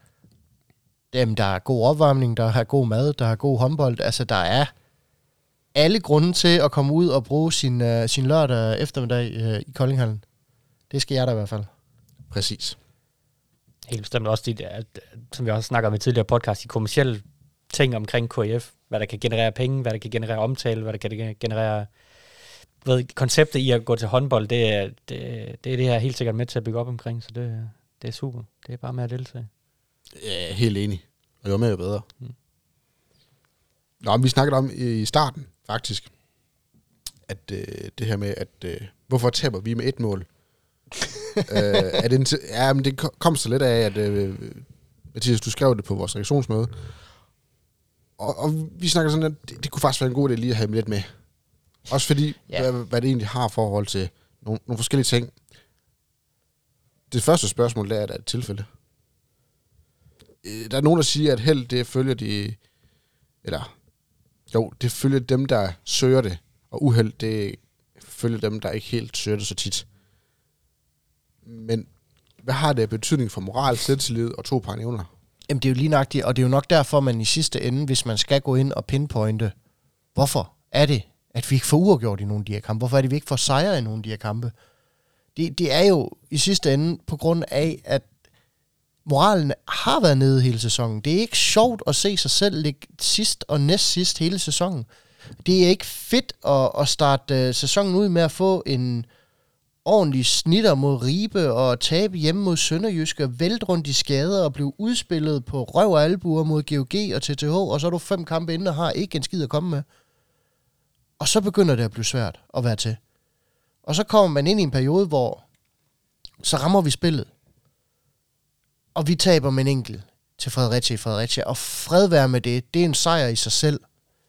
B: der er god opvarmning, der er god mad, der er god håndbold. Altså, der er alle grunde til at komme ud og bruge sin lørdag eftermiddag i Koldinghallen. Det skal jeg da i hvert fald.
A: Præcis.
C: Helt bestemt også som vi også snakker om i tidligere podcast, de kommercielle ting omkring KF, hvad der kan generere penge, hvad der kan generere omtale, hvad der kan generere konceptet i at gå til håndbold, det er det her helt sikkert med til at bygge op omkring, så det er super. Det er bare med at deltage.
A: Ja, helt enig. Og jo mere jo bedre. Nå, vi snakkede om i starten, faktisk, at det her med, at hvorfor taber vi med 1 mål? Men det kom så lidt af, at Mathias, du skrev det på vores reaktionsmøde, og vi snakker sådan, at det kunne faktisk være en god idé lige at have lidt med. Også fordi, hvad det egentlig har forhold til nogle forskellige ting. Det første spørgsmål, der er et tilfælde. Der er nogen, der siger, at held, det følger det følger dem, der søger det, og uheld, det følger dem, der ikke helt søger det så tit. Men hvad har det af betydning for moral, selvtillid og 2 par evner?
B: Jamen, det er jo lige nøjagtigt, og det er jo nok derfor, man i sidste ende, hvis man skal gå ind og pinpointe, hvorfor er det, at vi ikke får uafgjort i nogle af de her kampe? Hvorfor er det, at vi ikke får sejre i nogle af de her kampe? Det er jo i sidste ende på grund af, at moralen har været nede hele sæsonen. Det er ikke sjovt at se sig selv ligge sidst og næst sidst hele sæsonen. Det er ikke fedt at starte sæsonen ud med at få en ordentlig snitter mod Ribe og tabe hjemme mod Sønderjysk og vælte rundt i skader og blive udspillet på røv og albuer mod GOG og TTH, og så er du 5 kampe inden og har ikke en skid at komme med. Og så begynder det at blive svært at være til. Og så kommer man ind i en periode, hvor så rammer vi spillet. Og vi taber med en enkelt. til Fredericia, og fred være med det. Det er en sejr i sig selv.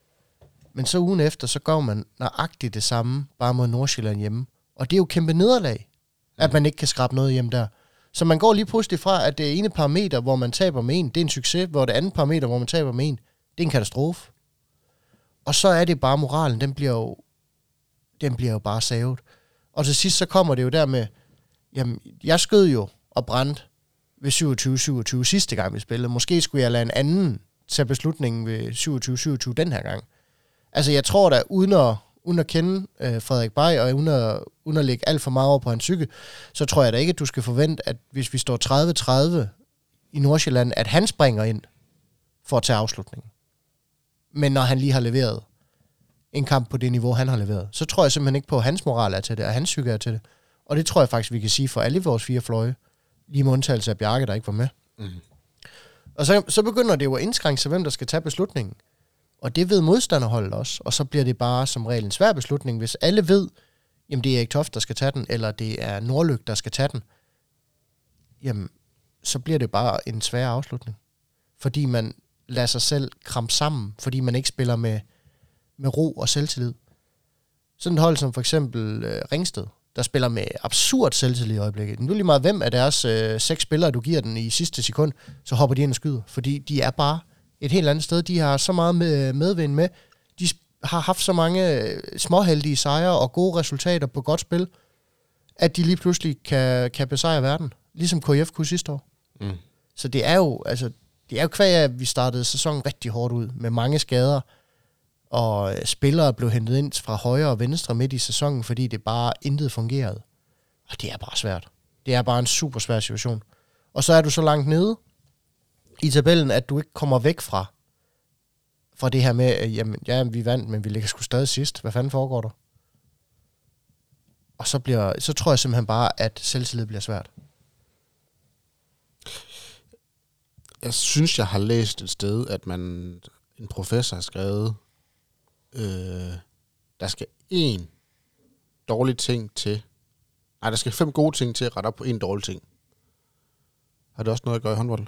B: Men så ugen efter, så går man nøjagtigt det samme, bare mod Nordsjælland hjemme. Og det er jo kæmpe nederlag, at man ikke kan skrabe noget hjem der. Så man går lige pludselig fra, at det ene parameter, hvor man taber med en, det er en succes, hvor det andet parameter, hvor man taber med en, det er en katastrofe. Og så er det bare moralen, den bliver jo bare savet. Og til sidst så kommer det jo der med, jamen, jeg skød jo og brændte ved 27-27 sidste gang vi spillede. Måske skulle jeg lade en anden tage beslutningen ved 27-27 den her gang. Altså jeg tror da, uden at kende Frederik Bay, og uden at lægge alt for meget over på hans psyke, så tror jeg da ikke, at du skal forvente, at hvis vi står 30-30 i Nordsjælland, at han springer ind for at tage afslutningen. Men når han lige har leveret en kamp på det niveau, han har leveret, så tror jeg simpelthen ikke på, at hans moral er til det, og hans psyke er til det. Og det tror jeg faktisk, vi kan sige for alle vores 4 fløje, lige med undtagelse af Bjarke, der ikke var med. Mm. Og så begynder det jo at indskrænke sig, hvem der skal tage beslutningen. Og det ved modstanderholdet også, og så bliver det bare som regel en svær beslutning, hvis alle ved, jamen det er Erik Toft, der skal tage den, eller det er Nordlyk, der skal tage den, jamen så bliver det bare en svær afslutning. Fordi man lader sig selv krampe sammen, fordi man ikke spiller med ro og selvtillid. Sådan et hold som for eksempel Ringsted, der spiller med absurd selvtillid i øjeblikket. Nu er lige meget, hvem af deres 6 spillere, du giver den i sidste sekund, så hopper de ind og skyder, fordi de er bare et helt andet sted. De har så meget medvind med. De har haft så mange småheldige sejre og gode resultater på godt spil, at de lige pludselig kan besejre verden. Ligesom KF kunne sidste år. Mm. Så det er jo kvæg af, at vi startede sæsonen rigtig hårdt ud med mange skader, og spillere blev hentet ind fra højre og venstre midt i sæsonen, fordi det bare intet fungerede. Og det er bare svært. Det er bare en super svær situation. Og så er du så langt nede i tabellen, at du ikke kommer væk fra det her med, jamen, ja, vi vandt, men vi ligger sgu stadig sidst. Hvad fanden foregår der? Og så tror jeg simpelthen bare, at selvtillid bliver svært.
A: Jeg synes, jeg har læst et sted, at en professor har skrevet, der skal 1 dårlig ting til. Nej, der skal 5 gode ting til at rette op på 1 dårlig ting. Har det også noget at gøre i håndbold?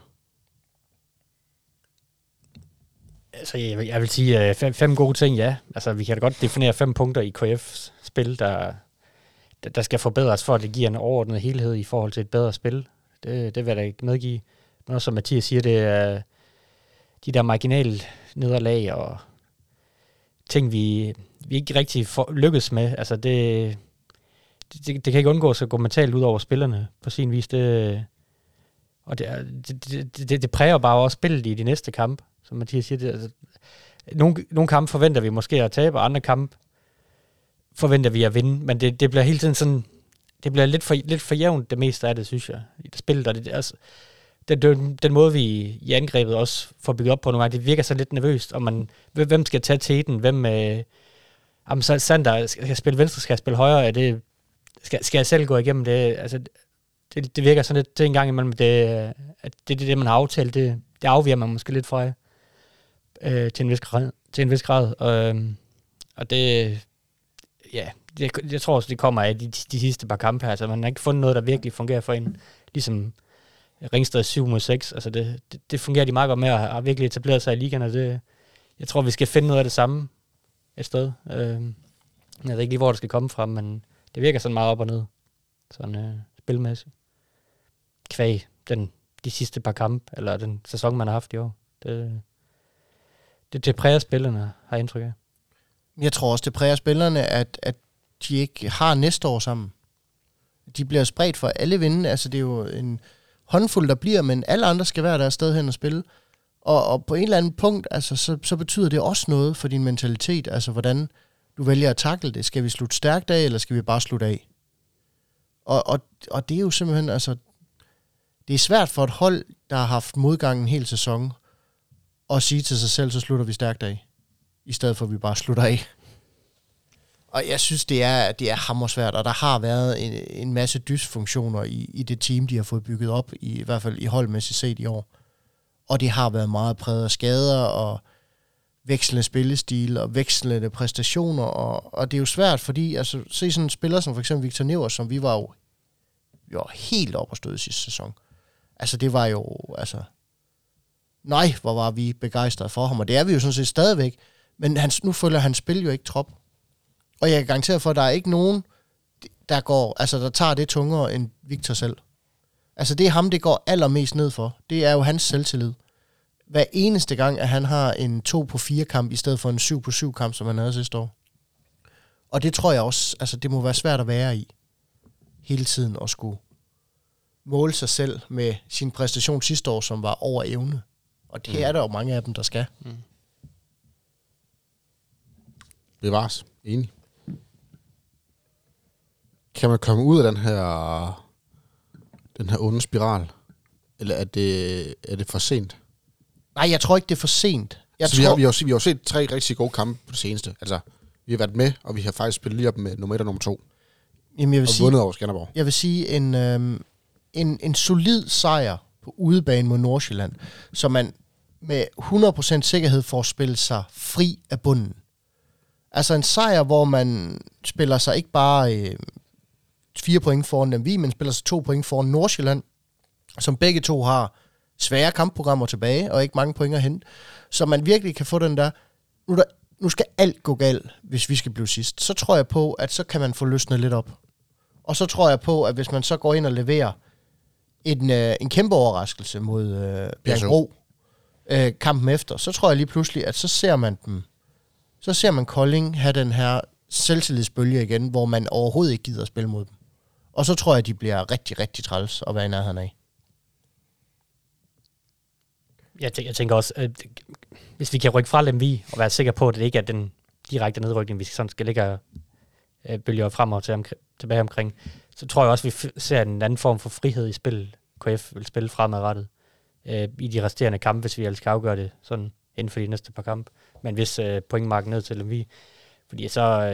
C: Altså, jeg vil sige 5 gode ting, ja. Altså, vi kan da godt definere 5 punkter i KF's spil, der skal forbedres, for at det giver en overordnet helhed i forhold til et bedre spil. Det vil jeg da ikke medgive. Men også som Mathias siger, det er de der marginale nederlag og ting, vi ikke rigtig lykkes med. Altså, det kan ikke undgås at gå mentalt ud over spillerne på sin vis. Og det præger bare også spillet i de næste kamp, som Mathias siger. Altså, nogle kampe forventer vi måske at tabe, og andre kampe forventer vi at vinde. Men det bliver hele tiden sådan, det bliver lidt for jævnt, det meste af det, synes jeg, i det spil. Og altså, den måde, vi i angrebet også får bygget op på nogle gange, det virker så lidt nervøst, om hvem skal tage teten, så Sander skal spille venstre, skal spille højre, skal jeg selv gå igennem det? Altså, det virker sådan lidt til en gang imellem, at det, man har aftalt, det afviger man måske lidt fra til en vis grad. Og det, ja, jeg tror også, det kommer af de sidste par kampe her. Altså, man har ikke fundet noget, der virkelig fungerer for en, ligesom Ringsted 7 mod 6. Altså, det fungerer de meget godt med, og har virkelig etableret sig i ligaen, og jeg tror, vi skal finde noget af det samme et sted. Jeg ved ikke lige, hvor det skal komme fra, men det virker sådan meget op og ned. Sådan spilmæssigt. Kvæg de sidste par kampe, eller den sæson, man har haft i år. Det præger spillerne, har indtryk af.
B: Jeg tror også, det præger spillerne, at de ikke har næste år sammen. De bliver spredt for alle vinde. Altså, det er jo en håndfuld, der bliver, men alle andre skal være der sted hen og spille. Og på en eller anden punkt, altså, så betyder det også noget for din mentalitet, altså hvordan du vælger at takle det. Skal vi slutte stærkt af, eller skal vi bare slutte af? Og det er jo simpelthen, altså, det er svært for et hold, der har haft modgang en hel sæson, at sige til sig selv, så slutter vi stærkt af, i stedet for at vi bare slutter af. Og jeg synes, det er hammersvært, og der har været en masse dysfunktioner i det team, de har fået bygget op, i hvert fald i holdmæssigt set i år. Og det har været meget præget af skader, og vekslende spillestil, og vekslende præstationer, og det er jo svært, fordi, altså, se sådan en spiller som for eksempel Victor Nevers, som vi var jo helt op og støde sidste sæson. Altså, det var jo, altså, nej, hvor var vi begejstrede for ham, og det er vi jo sådan set stadigvæk, men nu følger hans spil jo ikke trop. Og jeg kan garantere for, at der er ikke nogen, der tager det tungere end Victor selv. Altså det er ham, det går allermest ned for. Det er jo hans selvtillid. Hver eneste gang, at han har en 2-4 kamp, i stedet for en 7-7 kamp, som han havde sidste år. Og det tror jeg også, altså det må være svært at være i. Hele tiden at skulle måle sig selv med sin præstation sidste år, som var over evne. Og det er der jo mange af dem, der skal.
A: Bevares. Enig. Kan man komme ud af den her onde spiral? Eller er det for sent?
B: Nej, jeg tror ikke, det er for sent.
A: Vi har jo set 3 rigtig gode kampe på det seneste. Altså, vi har været med, og vi har faktisk spillet lige op med nummer 1 og nummer 2.
B: Jamen,
A: og vundet over Skanderborg.
B: Jeg vil sige, en solid sejr på udebane mod Nordsjælland, så man med 100% sikkerhed får spillet sig fri af bunden. Altså en sejr, hvor man spiller sig ikke bare 4 point foran Lemvig, men spiller sig 2 point foran Nordsjælland, som begge to har svære kampprogrammer tilbage, og ikke mange point at hente. Så man virkelig kan få den der, nu skal alt gå galt, hvis vi skal blive sidst. Så tror jeg på, at så kan man få løsnet lidt op. Og så tror jeg på, at hvis man så går ind og leverer en kæmpe overraskelse mod Bjergbro kampen efter, så tror jeg lige pludselig, at så ser man Kolding have den her selvtillidsbølge igen, hvor man overhovedet ikke gider at spille mod dem. Og så tror jeg, de bliver rigtig, rigtig træls at være i nærheden af.
C: Jeg tænker også, at hvis vi kan rykke fra Lemvig og være sikre på, at det ikke er den direkte nedrykning, vi sådan skal ligge bølger frem og tilbage omkring, så tror jeg også, at vi ser en anden form for frihed i spil. KF vil spille fremadrettet i de resterende kampe, hvis vi ellers skal afgøre det sådan inden for de næste par kampe. Men hvis pointmarken ned til Lemvig, fordi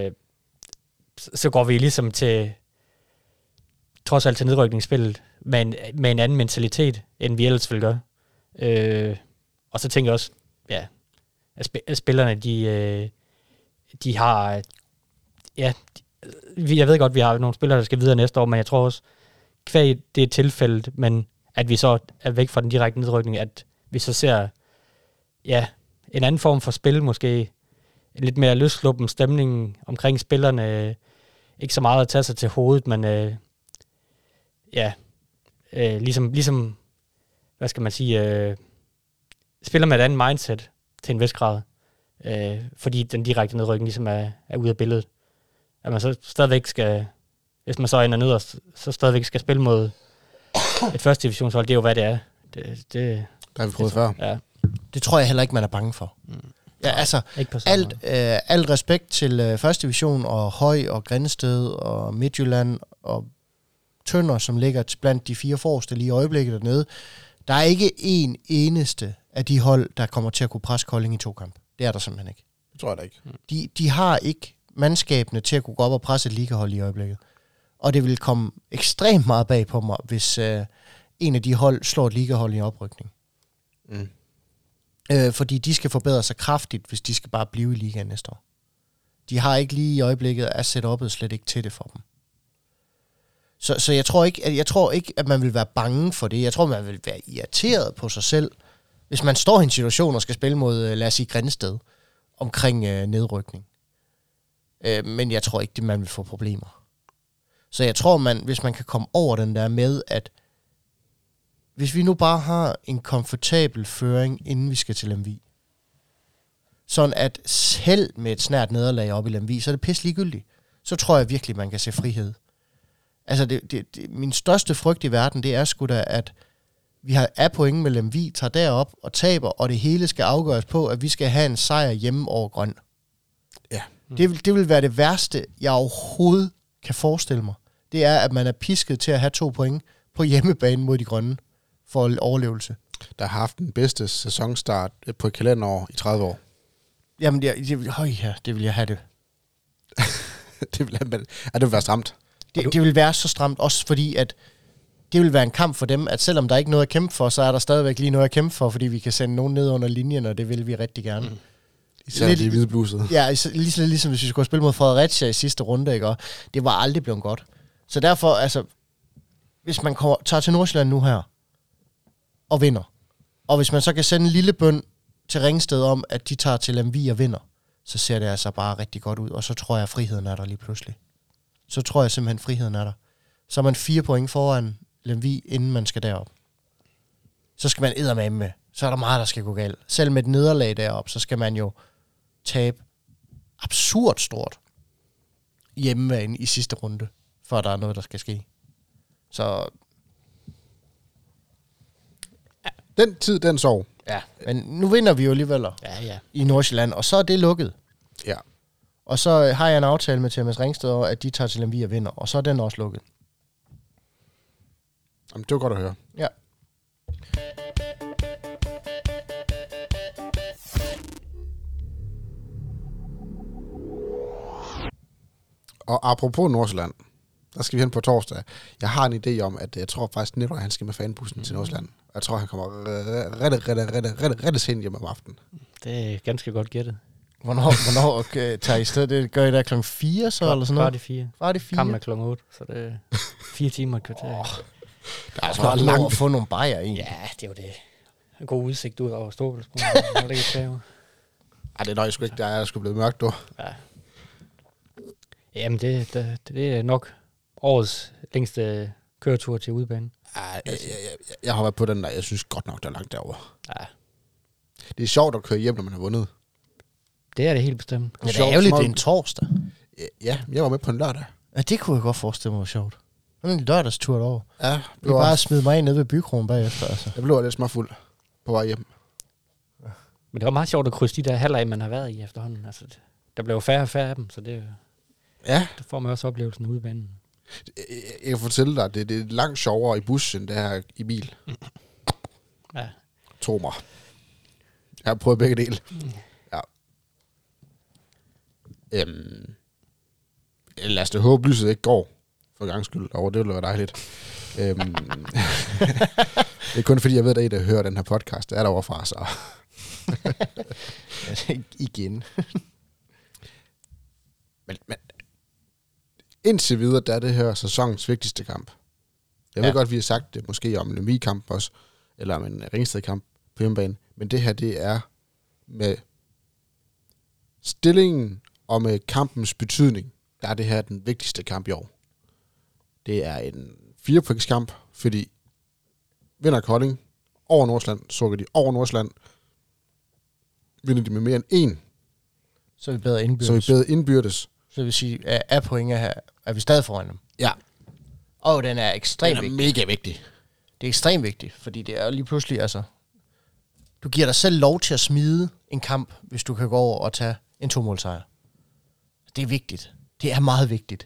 C: så går vi ligesom til trods alt til nedrykningsspillet med en anden mentalitet, end vi ellers vil gøre. Og så tænker jeg også, ja, at spillerne, de har, ja, jeg ved godt, vi har nogle spillere, der skal videre næste år, men jeg tror også, kvæg det er tilfældet, men at vi så er væk fra den direkte nedrykning, at vi så ser, ja, en anden form for spil, måske en lidt mere løsluppen stemning omkring spillerne, ikke så meget at tage sig til hovedet, men ja, ligesom, hvad skal man sige, spiller med et andet mindset til en vis grad, fordi den direkte nedrykning ligesom er ude af billedet. At man så stadigvæk skal, hvis man så ender ned, så stadigvæk skal spille mod et første divisionshold, det er jo hvad det er. Det
A: har vi prøvet før.
C: Ja.
B: Det tror jeg heller ikke, man er bange for. Ja, altså, alt respekt til første division og Høj og Grindsted og Midtjylland og Tønder, som ligger blandt de 4 forreste lige i øjeblikket dernede. Der er ikke en eneste af de hold, der kommer til at kunne presse Kolding i 2 kampe. Det er der simpelthen ikke.
A: Det tror jeg da ikke.
B: De har ikke mandskabene til at kunne gå op og presse et ligahold i øjeblikket. Og det vil komme ekstremt meget bag på mig, hvis en af de hold slår et ligahold i oprykning. Fordi de skal forbedre sig kraftigt, hvis de skal bare blive i ligaen næste år. De har ikke lige i øjeblikket at setup'et slet ikke til det for dem. Så jeg tror ikke, at man vil være bange for det. Jeg tror, man vil være irriteret på sig selv, hvis man står i en situation og skal spille mod, lad os sige, Grindsted omkring nedrykning. Men jeg tror ikke, at man vil få problemer. Så jeg tror, hvis man kan komme over den der med, at hvis vi nu bare har en komfortabel føring, inden vi skal til Lemvig, sådan at selv med et snært nederlag op i Lemvig, så er det pisse ligegyldigt. Så tror jeg virkelig, man kan se frihed. Altså, min største frygt i verden, det er sgu da, at vi har af point med Lemvig, tager derop og taber, og det hele skal afgøres på, at vi skal have en sejr hjemme over Grøn.
A: Ja.
B: Det vil være det værste, jeg overhovedet kan forestille mig. Det er, at man er pisket til at have 2 point på hjemmebane mod de grønne for overlevelse.
A: Der har haft den bedste sæsonstart på et kalenderår i 30 år.
B: Jamen, det vil jeg have det.
A: Det vil være stramt.
B: Det vil være så stramt, også fordi, at det vil være en kamp for dem, at selvom der ikke er noget at kæmpe for, så er der stadigvæk lige noget at kæmpe for, fordi vi kan sende nogen ned under linjen, og det vil vi rigtig gerne.
A: Især de hvideblusede.
B: Ja, ligesom hvis vi skulle spille mod Fredericia i sidste runde, ikke? Og det var aldrig blevet godt. Så derfor, altså, hvis man tager til Nordsjælland nu her, og vinder, Og hvis man så kan sende en lille bøn til Ringsted om, at de tager til Lemvig og vinder, så ser det altså bare rigtig godt ud. Og så tror jeg, at friheden er der lige pludselig. Så tror jeg simpelthen, at friheden er der. Så er man 4 point foran Lemvig, inden man skal derop. Så skal man eddermame med. Så er der meget, der skal gå galt. Selv med et nederlag derop, så skal man jo tabe absurd stort hjemmebane i sidste runde, for der er noget, der skal ske. Så
A: Den tid, den sov.
B: ja, men nu vinder vi jo alligevel i Nordsjælland, og så er det lukket.
A: Ja.
B: Og så har jeg en aftale med Thomas Ringsted over, at de tager til Lemvig og vinder, og så er den også lukket.
A: Jamen, det var godt at høre.
B: Ja.
A: Og apropos Nordsjælland, der skal vi hen på torsdag. Jeg har en idé om, at jeg tror faktisk netop, at han skal med fanbussen til Nordsjælland. Jeg tror, han kommer rigtig sent hjem om aftenen.
C: Det er ganske godt gættet.
B: Hvornår tager I sted? Det gør I der klokken 4 så, eller sådan noget?
C: Kvart i 4. Kampen er klokken 8, så det er 4 timer et kvarter.
B: Der er snart langt at få nogle bajer i.
C: Ja, det er jo det. En god udsigt ud over Storbæltsbroen.
A: Ej, det er nok sgu ikke, der er sgu blevet mørkt, du.
C: Ja. Jamen, det er nok årets længste køretur til udbanen.
A: Jeg har været på den der, jeg synes godt nok, der er langt derover.
C: Ja.
A: Det er sjovt at køre hjem, når man har vundet.
C: Det er det helt bestemt.
B: Men det er ærgerligt, det er en torsdag.
A: Ja, jeg var med på en lørdag.
B: Ja, det kunne jeg godt forestille mig var sjovt. Det er en lørdagstur derovre.
A: Ja,
B: jeg bare smide mig ind nede ved bykronen bagefter. Altså.
A: Jeg blev lidt småfuld på vej hjem.
C: Men det var meget sjovt at krydse de der halvleg, man har været i efterhånden. Altså, der blev jo færre og færre af dem, så det,
A: ja.
C: Der får man også oplevelsen ude i banen.
A: Jeg kan fortælle dig, at det er langt sjovere i bus, end det her i bil.
C: Ja.
A: Tro mig. Jeg har prøvet begge dele. Ja. Lad os da håbe, lyset ikke går for gang skyld over. Det ville være dejligt. Det er kun fordi, jeg ved, at I, der hører den her podcast, det er derovre fra, så...
B: Igen.
A: men indtil videre, der er det her sæsonens vigtigste kamp. Jeg ved godt, vi har sagt det måske om en Lemvig-kamp også, eller om en Ringsted-kamp på hjemmebane, men det her, det er med stillingen og med kampens betydning, der er det her den vigtigste kamp i år. Det er en 4-pointskamp, fordi vinder Kolding over Nordsjælland, så de over Nordsjælland, vinder de med mere end 1,
B: så er vi bedre indbyrdes. Så vil sige, at af point er vi stadig foran dem.
A: Ja.
B: Og den er ekstremt vigtig.
A: Mega vigtig.
B: Det er ekstremt vigtigt, fordi det er jo lige pludselig, altså... Du giver dig selv lov til at smide en kamp, hvis du kan gå over og tage en 2-målsejr. Det er vigtigt. Det er meget vigtigt.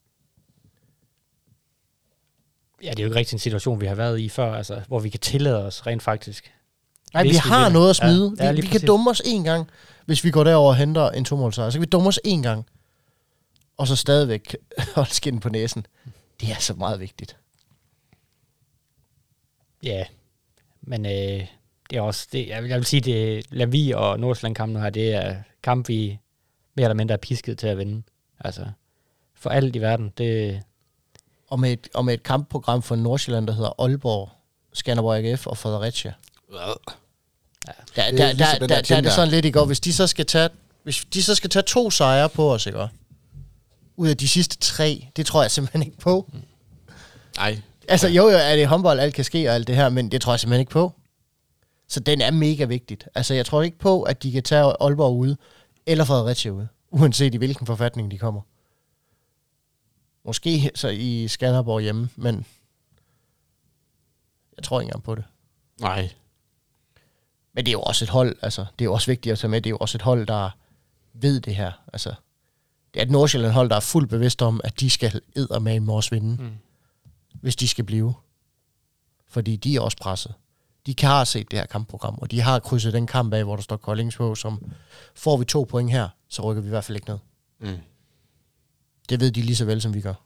C: Ja, det er jo ikke rigtig en situation, vi har været i før, altså, hvor vi kan tillade os rent faktisk.
B: Nej, vi har noget at smide.
C: Ja,
B: vi kan dumme os en gang, hvis vi går derover og henter en 2-målsejr. Så kan vi dumme os en gang, og så stadigvæk holde skin på næsen. Det er så meget vigtigt.
C: Ja, men det er også, jeg vil sige, det Lemvig og Nordsjælland-kampen her, det er kamp, vi mere eller mindre er pisket til at vinde. Altså, for alt i verden, det...
B: Og med et kampprogram for Nordsjælland, der hedder Aalborg, Skanderborg AGF og Fredericia.
A: Ja.
B: Der er det sådan lidt, ikke? Og hvis de så skal tage 2 sejre på os, ikke? Ud af de sidste 3, det tror jeg simpelthen ikke på.
A: Nej.
B: Altså jo, er det håndbold, alt kan ske og alt det her, men det tror jeg simpelthen ikke på. Så den er mega vigtigt. Altså jeg tror ikke på, at de kan tage Aalborg ude, eller Fredericia ude, uanset i hvilken forfatning de kommer. Måske så i Skanderborg hjemme, men jeg tror ikke engang på det.
A: Nej.
B: Men det er jo også et hold, altså det er jo også vigtigt at tage med, det er jo også et hold, der ved det her. Altså det er et Nordsjælland-hold, der er fuldt bevidst om, at de skal eddermame også vinde, hvis de skal blive. Fordi de er også presset. De kan have set det her kampprogram, og de har krydset den kamp af, hvor der står Koldings på, som får vi 2 point her, så rykker vi i hvert fald ikke ned.
A: Mm.
B: Det ved de lige så vel, som vi gør.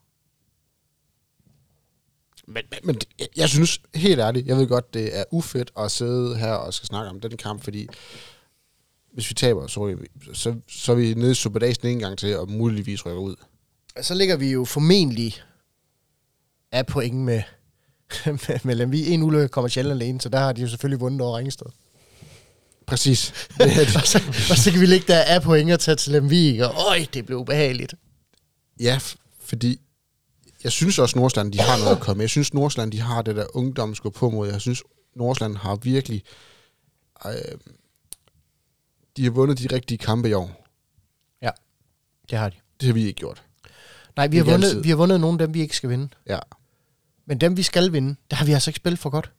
A: Men jeg synes, helt ærligt, jeg ved godt, det er ufedt at sidde her og skal snakke om den kamp, fordi hvis vi taber, så er vi nede i Superdagen en gang til, og muligvis rykker ud.
B: Så ligger vi jo formentlig af point med med Lemvig. En ulykke kommer sjældent alene, så der har de jo selvfølgelig vundet over Ringsted.
A: Præcis.
B: og så kan vi ligge der af point og tage til Lemvig, og det blev ubehageligt.
A: Ja, fordi jeg synes også, Nordsjælland, de har noget at komme med. Jeg synes, Nordsjælland, de har det der ungdomsgå på mod. Jeg synes, Nordsjælland har virkelig... de har vundet de rigtige kampe i år.
B: Ja, det har de.
A: Det har vi ikke gjort.
B: Nej, vi har vundet nogle af dem, vi ikke skal vinde.
A: Ja.
B: Men dem, vi skal vinde, der har vi altså ikke spillet for godt.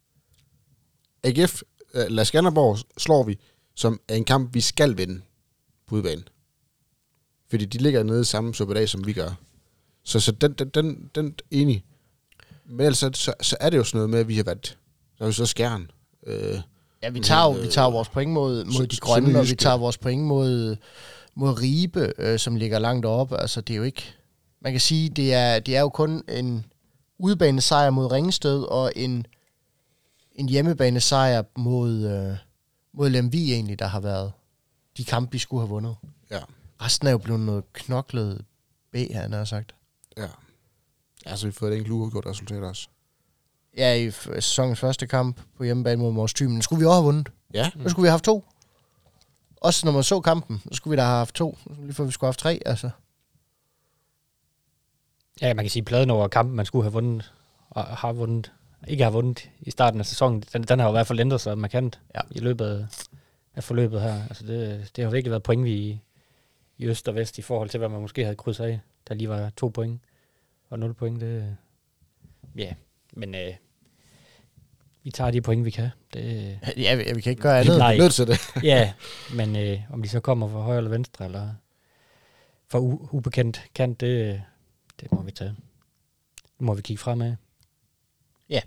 A: AGF, Skanderborg slår vi, som er en kamp, vi skal vinde på udbanen. Fordi de ligger nede i samme suppedag, som vi gør. Så den enig. Men ellers så er det jo sådan noget med, at vi har været... Så er vi så Skjern.
B: Ja, vi tager vores point mod de grønne, og vi tager vores point mod Ribe, som ligger langt oppe. Altså, det er jo ikke... Man kan sige, det er jo kun en udebanesejr mod Ringsted, og en hjemmebanesejr mod Lemvig egentlig, der har været de kampe, vi skulle have vundet.
A: Ja.
B: Resten er jo blevet noget knoklet han har sagt.
A: Ja. Altså, vi har fået et enkelt uafgjort resultat også.
B: Ja, i sæsonens første kamp på hjemmebane mod Mors Thy, men skulle vi også have vundet.
A: Ja.
B: Så skulle vi have haft 2. Også når man så kampen, så skulle vi da have haft 2. Lige før vi skulle have haft 3, altså.
C: Ja, man kan sige, pladen over kampen, man skulle have vundet, og har vundet, ikke har vundet i starten af sæsonen, den har jo i hvert fald ændret sig markant i løbet af forløbet her. Altså det har virkelig været point i øst og vest i forhold til, hvad man måske havde krydset af. Der lige var 2 point og 0 point. Men vi tager de point, vi kan.
B: Ja, vi kan ikke gøre andet.
C: Nej.
A: Nødt til det.
C: Ja, men om de så kommer fra højre eller venstre, eller fra ubekendt kant, det må vi tage. Nu må vi kigge fremad.
B: Ja.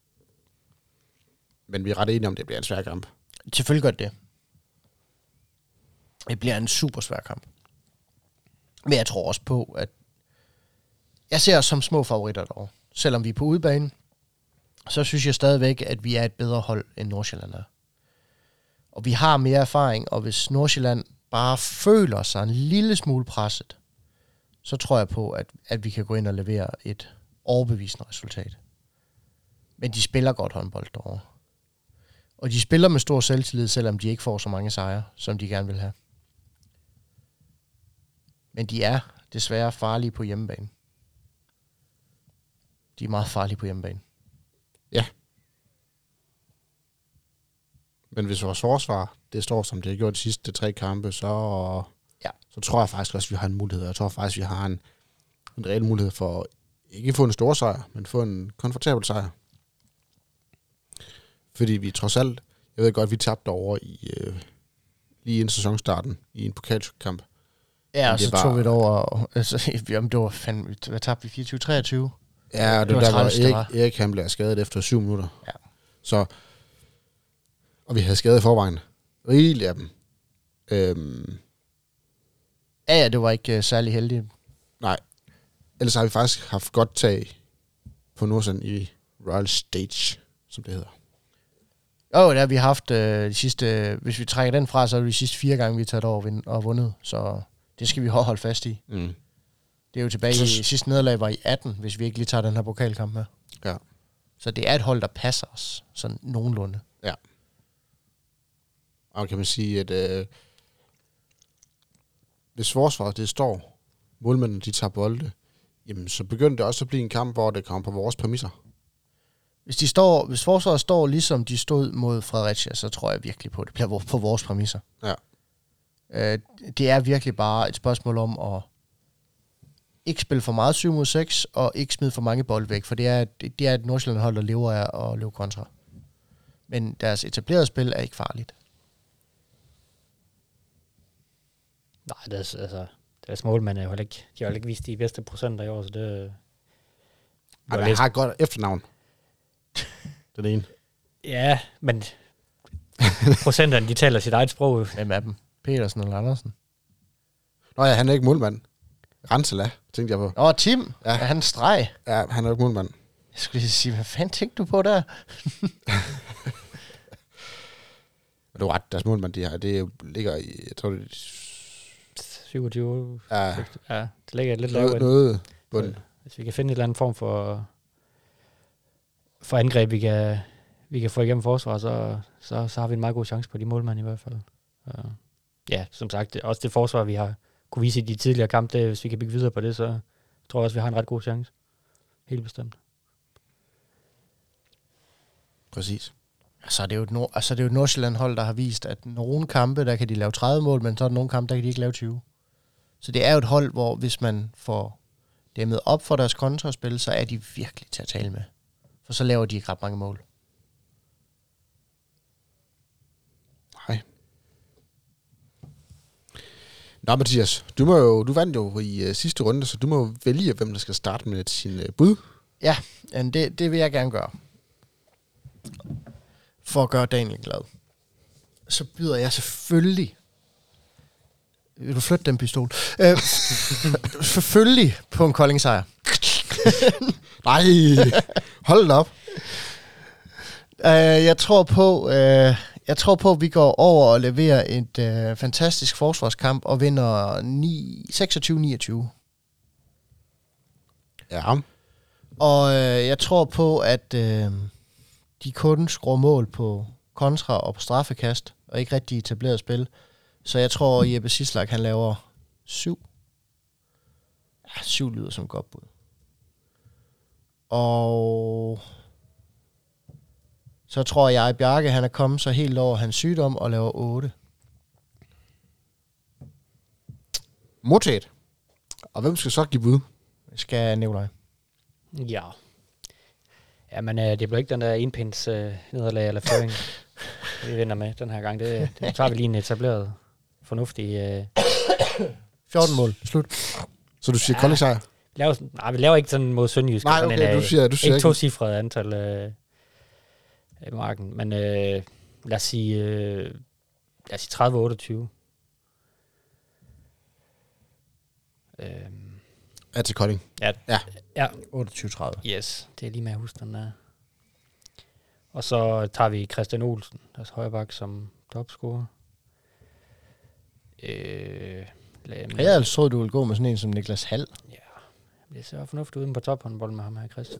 A: Men vi er ret enige om, det bliver en svær kamp.
B: Selvfølgelig gør det. Det bliver en super svær kamp. Men jeg tror også på, at jeg ser os som små favoritter derovre. Selvom vi er på udebane, så synes jeg stadigvæk, at vi er et bedre hold, end Nordsjælland er. Og vi har mere erfaring, og hvis Nordsjælland bare føler sig en lille smule presset, så tror jeg på, at vi kan gå ind og levere et overbevisende resultat. Men de spiller godt håndbold derovre. Og de spiller med stor selvtillid, selvom de ikke får så mange sejre, som de gerne vil have. Men de er desværre farlige på hjemmebane. De er meget farlige på hjemmebane.
A: Ja. Men hvis vores forsvar, det står som det har gjort de sidste 3 kampe, så tror jeg faktisk også, at vi har en mulighed. Jeg tror faktisk, at vi har en reel mulighed for ikke få en stor sejr, men få en komfortabel sejr. Fordi vi trods alt, jeg ved godt, vi tabte over i lige inden sæsonstarten i en pokalkamp.
B: Ja, og så tog vi det over, altså, jamen det var fandme, hvad tabte vi? 24-23?
A: Ja, og det der var Erik han blev skadet efter 7 minutter.
B: Ja.
A: Så, og vi havde skadet i forvejen. Rigeligt af dem.
B: Ja, det var ikke særlig heldigt.
A: Nej. Ellers har vi faktisk haft godt tag på Nordsjælland i Royal Stage, som det hedder.
B: Jo, der har vi haft de sidste, hvis vi trækker den fra, så er det de sidste 4 gange, vi har taget over og vundet. Så det skal vi holde fast i. Mm. Det er jo tilbage i sidste nederlag var i 18, hvis vi ikke lige tager den her pokalkamp med.
A: Ja.
B: Så det er et hold, der passer os sådan nogenlunde.
A: Ja. Og kan man sige, at hvis forsvaret det står, målmændene de tager bolde, jamen så begynder det også at blive en kamp, hvor det kommer på vores præmisser.
B: Hvis forsvaret står ligesom de stod mod Fredericia, så tror jeg virkelig på, at det bliver på vores præmisser.
A: Ja.
B: Det er virkelig bare et spørgsmål om at ikke spille for meget 7 mod 6, og ikke smide for mange bold væk, for det er et Nordsjælland-hold, der lever af at løbe kontra. Men deres etablerede spil er ikke farligt.
C: Nej, deres målmænd er jo ikke, de har jo ikke vist de bedste procenter i år, så det...
A: Han har et godt efternavn. Den ene.
C: Ja, men procenterne, de taler sit eget sprog.
B: Hvem af dem? Petersen eller Andersen?
A: Nå ja, han er ikke målmand. Ransela, tænkte jeg på.
B: Tim. Ja. Er han streg?
A: Ja, han er ikke målmand.
B: Jeg skulle lige sige, hvad fanden tænkte du på der?
A: Du er ret, deres målmand, det ligger i, jeg tror det er
C: 27.
A: Ja.
C: Ja, det ligger lidt lavere.
A: Noget bunden.
C: Hvis vi kan finde en eller anden form for for angreb, vi kan få igennem forsvar, så har vi en meget god chance på de målmænd i hvert fald. Ja, som sagt, også det forsvar, vi har kunne vise i de tidligere kampe, hvis vi kan bygge videre på det, så tror jeg også, vi har en ret god chance. Helt bestemt.
A: Præcis.
B: Altså, det er jo et Nordsjælland-hold, der har vist, at nogle kampe, der kan de lave 30 mål, men så er der nogle kampe, der kan de ikke lave 20. Så det er jo et hold, hvor hvis man får dæmmet op for deres kontraspil, så er de virkelig til at tale med. For så laver de ikke ret mange mål.
A: Nej. Nå, Mathias, du vandt jo i sidste runde, så du må vælge, hvem der skal starte med sin bud.
B: Ja, det vil jeg gerne gøre. For at gøre Daniel glad. Så byder jeg selvfølgelig... Vil du flytte den pistol? Selvfølgelig på en Kolding-sejr.
A: Nej, hold da op.
B: Jeg tror på, at vi går over og leverer et fantastisk forsvarskamp og vinder 26-29.
A: Ja.
B: Og jeg tror på, at de kun skruer mål på kontra og på straffekast, og ikke rigtig etableret spil. Så jeg tror, at Jeppe Sislak, han laver 7. Ja, 7 lyder som et godt bud. Og så tror jeg, at Bjarke, han er kommet så helt over hans sygdom og laver 8.
A: Modtaget. Og hvem skal så give bud?
B: Skal Nikolaj.
C: Ja. Ja, men det bliver ikke den der enpins nederlag eller føring, vi vinder med den her gang. Det tager vi lige en etableret, fornuftig...
B: 14 mål. Slut.
A: Så du siger Kolding-sejr?
C: Vi laver ikke sådan mod Sønderjysk.
A: Nej, okay, du siger
C: ikke tocifret antal af marken, men lad os sige 30-28.
A: Ja, til Kolding.
C: Ja.
B: 28-30.
C: Yes, det er lige med at huske den der. Og så tager vi Christian Olsen, deres højreback, som topscorer.
B: Jeg havde altså troet, du ville gå med sådan en som Niklas Hall.
C: Ja, det ser fornuftigt uden på tophåndbold med ham her, Christian.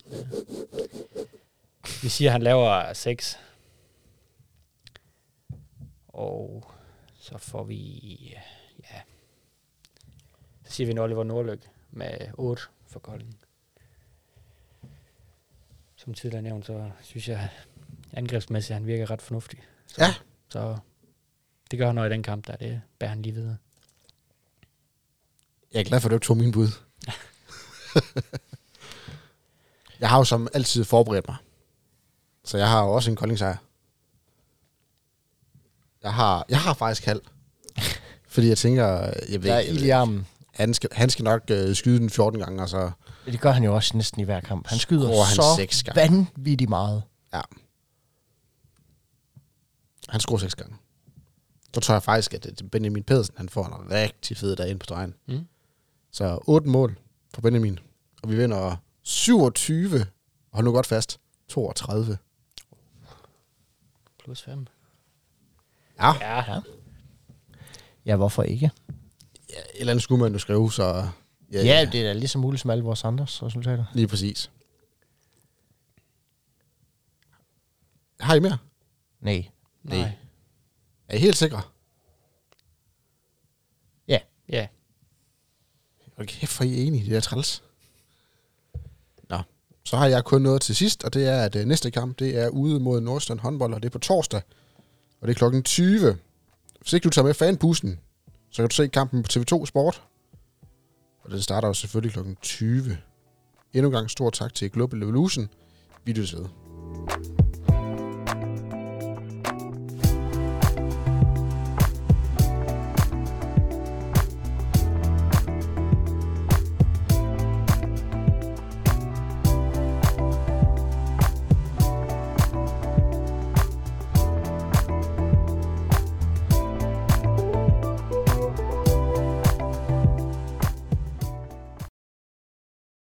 C: Vi siger, at han laver 6. Og så får vi... Ja. Så siger vi en Oliver Nordlyk med 8 for Kolding. Som tidligere nævnt, så synes jeg, angrebsmæssigt, han virker ret fornuftig. Så det gør han noget i den kamp, der det bærer han lige videre.
A: Jeg er glad for, at du ikke tog min bud. Jeg har jo som altid forberedt mig. Så jeg har jo også en Kolding-sejr. Jeg har faktisk Hald. Fordi jeg tænker,
B: der er ild i armen.
A: Han skal nok skyde den 14 gange, og så...
B: Det gør han jo også næsten i hver kamp. Han skyder
A: så
B: 6 vanvittigt meget.
A: Ja. Han scorer 6 gange. Så tror jeg faktisk, at Benjamin Pedersen, han får en rigtig fed dag ind på stregen. Så 8 mål for Benjamin. Og vi vinder 27, hold nu godt fast, 32.
C: Plus 5.
A: Ja.
B: Ja, hvorfor ikke?
A: Ja, et eller andet skulle man jo skrive, så...
B: Ja, det er da lige så muligt som alle vores andres resultater.
A: Lige præcis. Har I mere?
B: Nej.
A: Er I helt sikre?
C: Ja.
A: Okay, for I er enige, det er træls. Nå, så har jeg kun noget til sidst, og det er, at næste kamp, det er ude mod Nordsjælland håndbold, og det er på torsdag. Og det er klokken 20. Hvis ikke du tager med fanbussen, så kan du se kampen på TV2 Sport. Og den starter jo selvfølgelig klokken 20. Endnu en gang stor tak til Global Evolution. Vi lyttes ved.